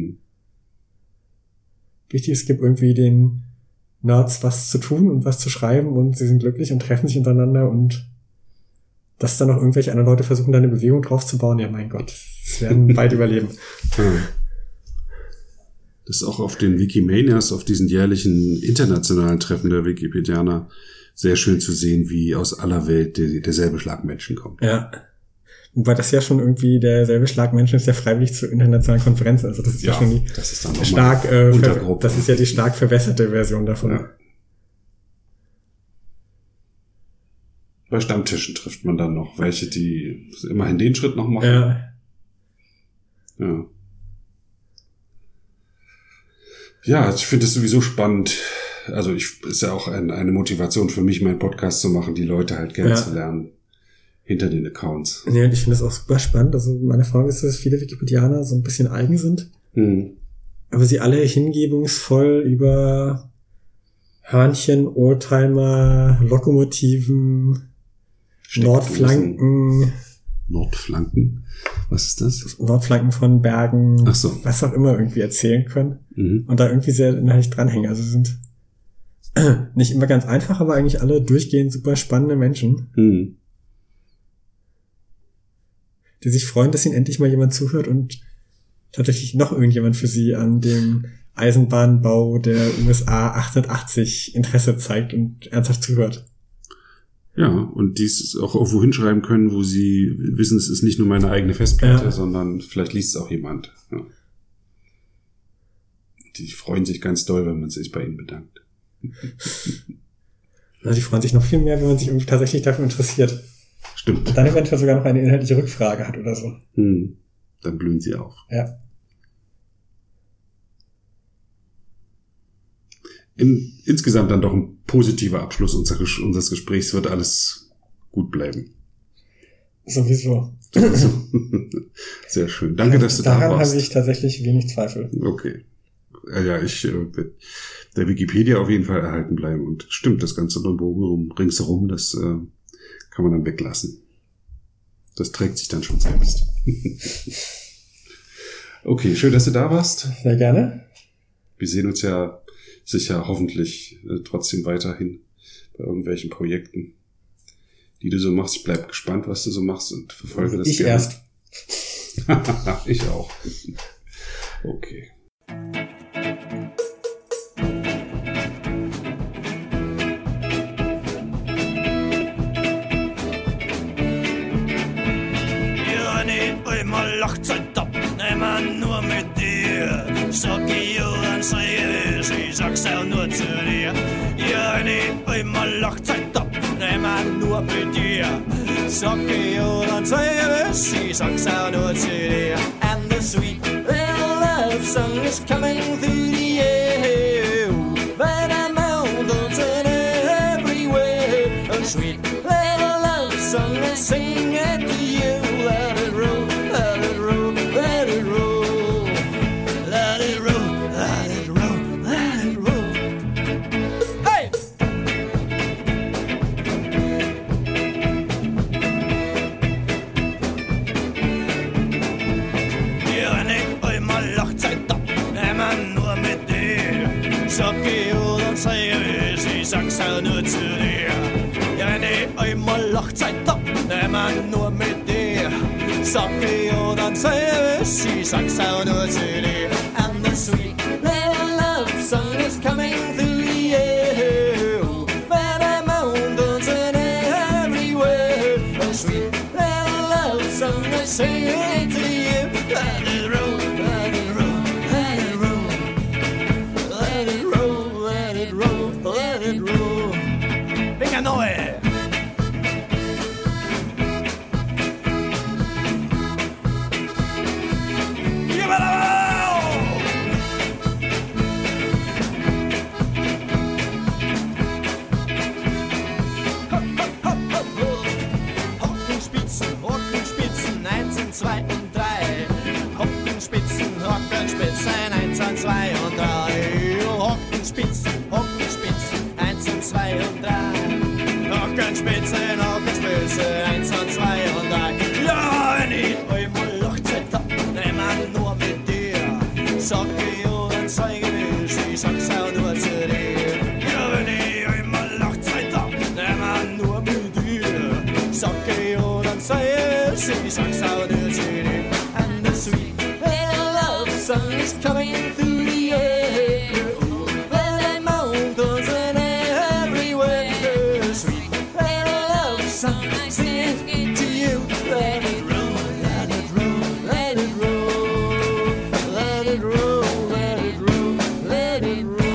[SPEAKER 3] Wichtig, es gibt irgendwie den Nerds was zu tun und was zu schreiben und sie sind glücklich und treffen sich untereinander und dass dann noch irgendwelche anderen Leute versuchen, da eine Bewegung drauf zu bauen, ja mein Gott, es werden beide überleben.
[SPEAKER 2] Das ist auch auf den Wikimanias, auf diesen jährlichen internationalen Treffen der Wikipedianer sehr schön zu sehen, wie aus aller Welt derselbe Schlag Menschen kommt.
[SPEAKER 3] Ja. Wobei das ja schon irgendwie derselbe Schlag Menschen ist, der freiwillig zur internationalen Konferenz. Also das ist ja schon die
[SPEAKER 2] das ist dann
[SPEAKER 3] stark, das ist ja die stark verwässerte Version davon.
[SPEAKER 2] Ja. Bei Stammtischen trifft man dann noch welche, die immerhin den Schritt noch machen. Ja. Ja, ich finde es sowieso spannend. Also ist ja auch eine Motivation für mich, meinen Podcast zu machen, die Leute halt kennenzulernen hinter den Accounts.
[SPEAKER 3] Ja, und ich finde das auch super spannend. Also meine Erfahrung ist, dass viele Wikipedianer so ein bisschen eigen sind. Aber sie alle hingebungsvoll über Hörnchen, Oldtimer, Lokomotiven, Nordflanken.
[SPEAKER 2] Was ist das?
[SPEAKER 3] Nordflanken von Bergen,
[SPEAKER 2] Ach so.
[SPEAKER 3] Was auch immer irgendwie erzählen können. Und da irgendwie sehr inhaltlich dranhängen. Also sind nicht immer ganz einfach, aber eigentlich alle durchgehend super spannende Menschen. Die sich freuen, dass ihnen endlich mal jemand zuhört und tatsächlich noch irgendjemand für sie an dem Eisenbahnbau der USA 1880 Interesse zeigt und ernsthaft zuhört.
[SPEAKER 2] Ja, und dies auch irgendwo hinschreiben können, wo sie wissen, es ist nicht nur meine eigene Festplatte, sondern vielleicht liest es auch jemand. Ja. Die freuen sich ganz doll, wenn man sich bei ihnen bedankt.
[SPEAKER 3] Die freuen sich noch viel mehr, wenn man sich tatsächlich dafür interessiert.
[SPEAKER 2] Stimmt.
[SPEAKER 3] Und dann eventuell sogar noch eine inhaltliche Rückfrage hat oder so.
[SPEAKER 2] Dann blühen sie auf.
[SPEAKER 3] Ja.
[SPEAKER 2] Insgesamt dann doch ein positiver Abschluss unseres Gesprächs. Wird alles gut bleiben.
[SPEAKER 3] Sowieso.
[SPEAKER 2] Sehr schön. Danke, dass du da warst.
[SPEAKER 3] Daran habe ich tatsächlich wenig Zweifel.
[SPEAKER 2] Okay. Ja, der Wikipedia auf jeden Fall erhalten bleiben. Und stimmt, das ganze Bogen ringsherum, das kann man dann weglassen. Das trägt sich dann schon selbst. Okay, schön, dass du da warst.
[SPEAKER 3] Sehr gerne.
[SPEAKER 2] Wir sehen uns ja sicher hoffentlich trotzdem weiterhin bei irgendwelchen Projekten, die du so machst. Ich bleib gespannt, was du so machst und verfolge das gerne.
[SPEAKER 3] Ich erst.
[SPEAKER 2] Ich auch. Okay.
[SPEAKER 4] Lachzeit ab, immer nur mit dir. Sag ich und sag ich sag's auch nur zu dir. Ja, nicht immer Lachzeit ab, immer nur mit dir. Sag ich und sag ich sag's auch nur zu dir. And the sweet little love song is coming through the air. By the mountains and everywhere. A sweet little love song is singing to you. Let it roll. Let it roll, let it roll, let it roll, let it roll, let it roll. Hey! Ja, nicht einmal Lachzeit ab, immer nur mit dir. Sag ich und sag ich sag's auch nur zu dir. Ja, nicht einmal Lachzeit ab, immer nur mit dir. Sag ich und dann sag ich sag's auch nur zu dir. And the sweet little love song is coming through the air. By the mountains and everywhere. A sweet little love song is singing to you. Let it roll, let it roll, let it roll. Let it roll, let it roll, let it roll. Venga Noe! Hockenspitzen, 1 und 2 und 3. Hockenspitzen, 1 und 2 und 3. Hockenspitzen, 1 und 2 und 3. Hockenspitzen, 1 und 2 und 3. Ja, wenn ich einmal Lachzeit hab, immer nur mit dir. Sag ich und sag ich sag's auch nur zu dir. Ja, wenn ich einmal Lachzeit hab, immer nur mit dir. Sag ich und sag ich sag's auch nur zu dir. And the sweet little love song is coming through the air. By the mountains and everywhere. Sweet little love song singing to you. Let it roll, let it roll, let it roll. Let it roll, let it roll, let it roll.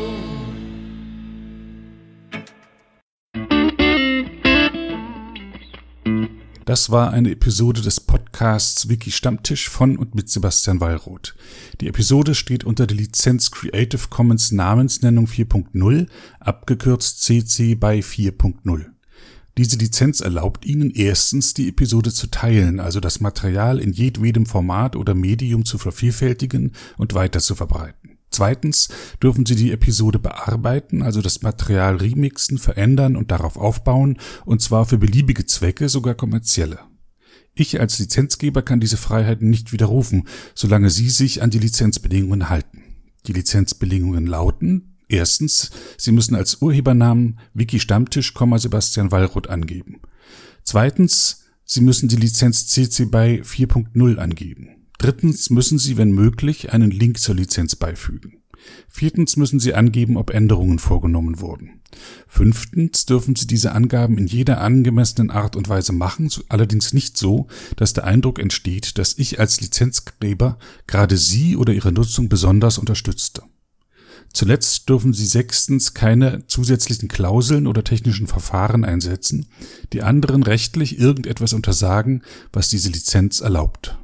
[SPEAKER 1] Das war eine Episode des Podcasts Wiki Stammtisch von und mit Sebastian Wallroth. Die Episode steht unter der Lizenz Creative Commons Namensnennung 4.0, abgekürzt CC BY 4.0. Diese Lizenz erlaubt Ihnen erstens, die Episode zu teilen, also das Material in jedwedem Format oder Medium zu vervielfältigen und weiter zu verbreiten. Zweitens dürfen Sie die Episode bearbeiten, also das Material remixen, verändern und darauf aufbauen, und zwar für beliebige Zwecke, sogar kommerzielle. Ich als Lizenzgeber kann diese Freiheiten nicht widerrufen, solange Sie sich an die Lizenzbedingungen halten. Die Lizenzbedingungen lauten: Erstens, Sie müssen als Urhebernamen Wiki Stammtisch, Sebastian Wallroth angeben. Zweitens, Sie müssen die Lizenz CC BY 4.0 angeben. Drittens müssen Sie, wenn möglich, einen Link zur Lizenz beifügen. Viertens müssen Sie angeben, ob Änderungen vorgenommen wurden. Fünftens dürfen Sie diese Angaben in jeder angemessenen Art und Weise machen, allerdings nicht so, dass der Eindruck entsteht, dass ich als Lizenzgeber gerade Sie oder Ihre Nutzung besonders unterstützte. Zuletzt dürfen Sie sechstens keine zusätzlichen Klauseln oder technischen Verfahren einsetzen, die anderen rechtlich irgendetwas untersagen, was diese Lizenz erlaubt.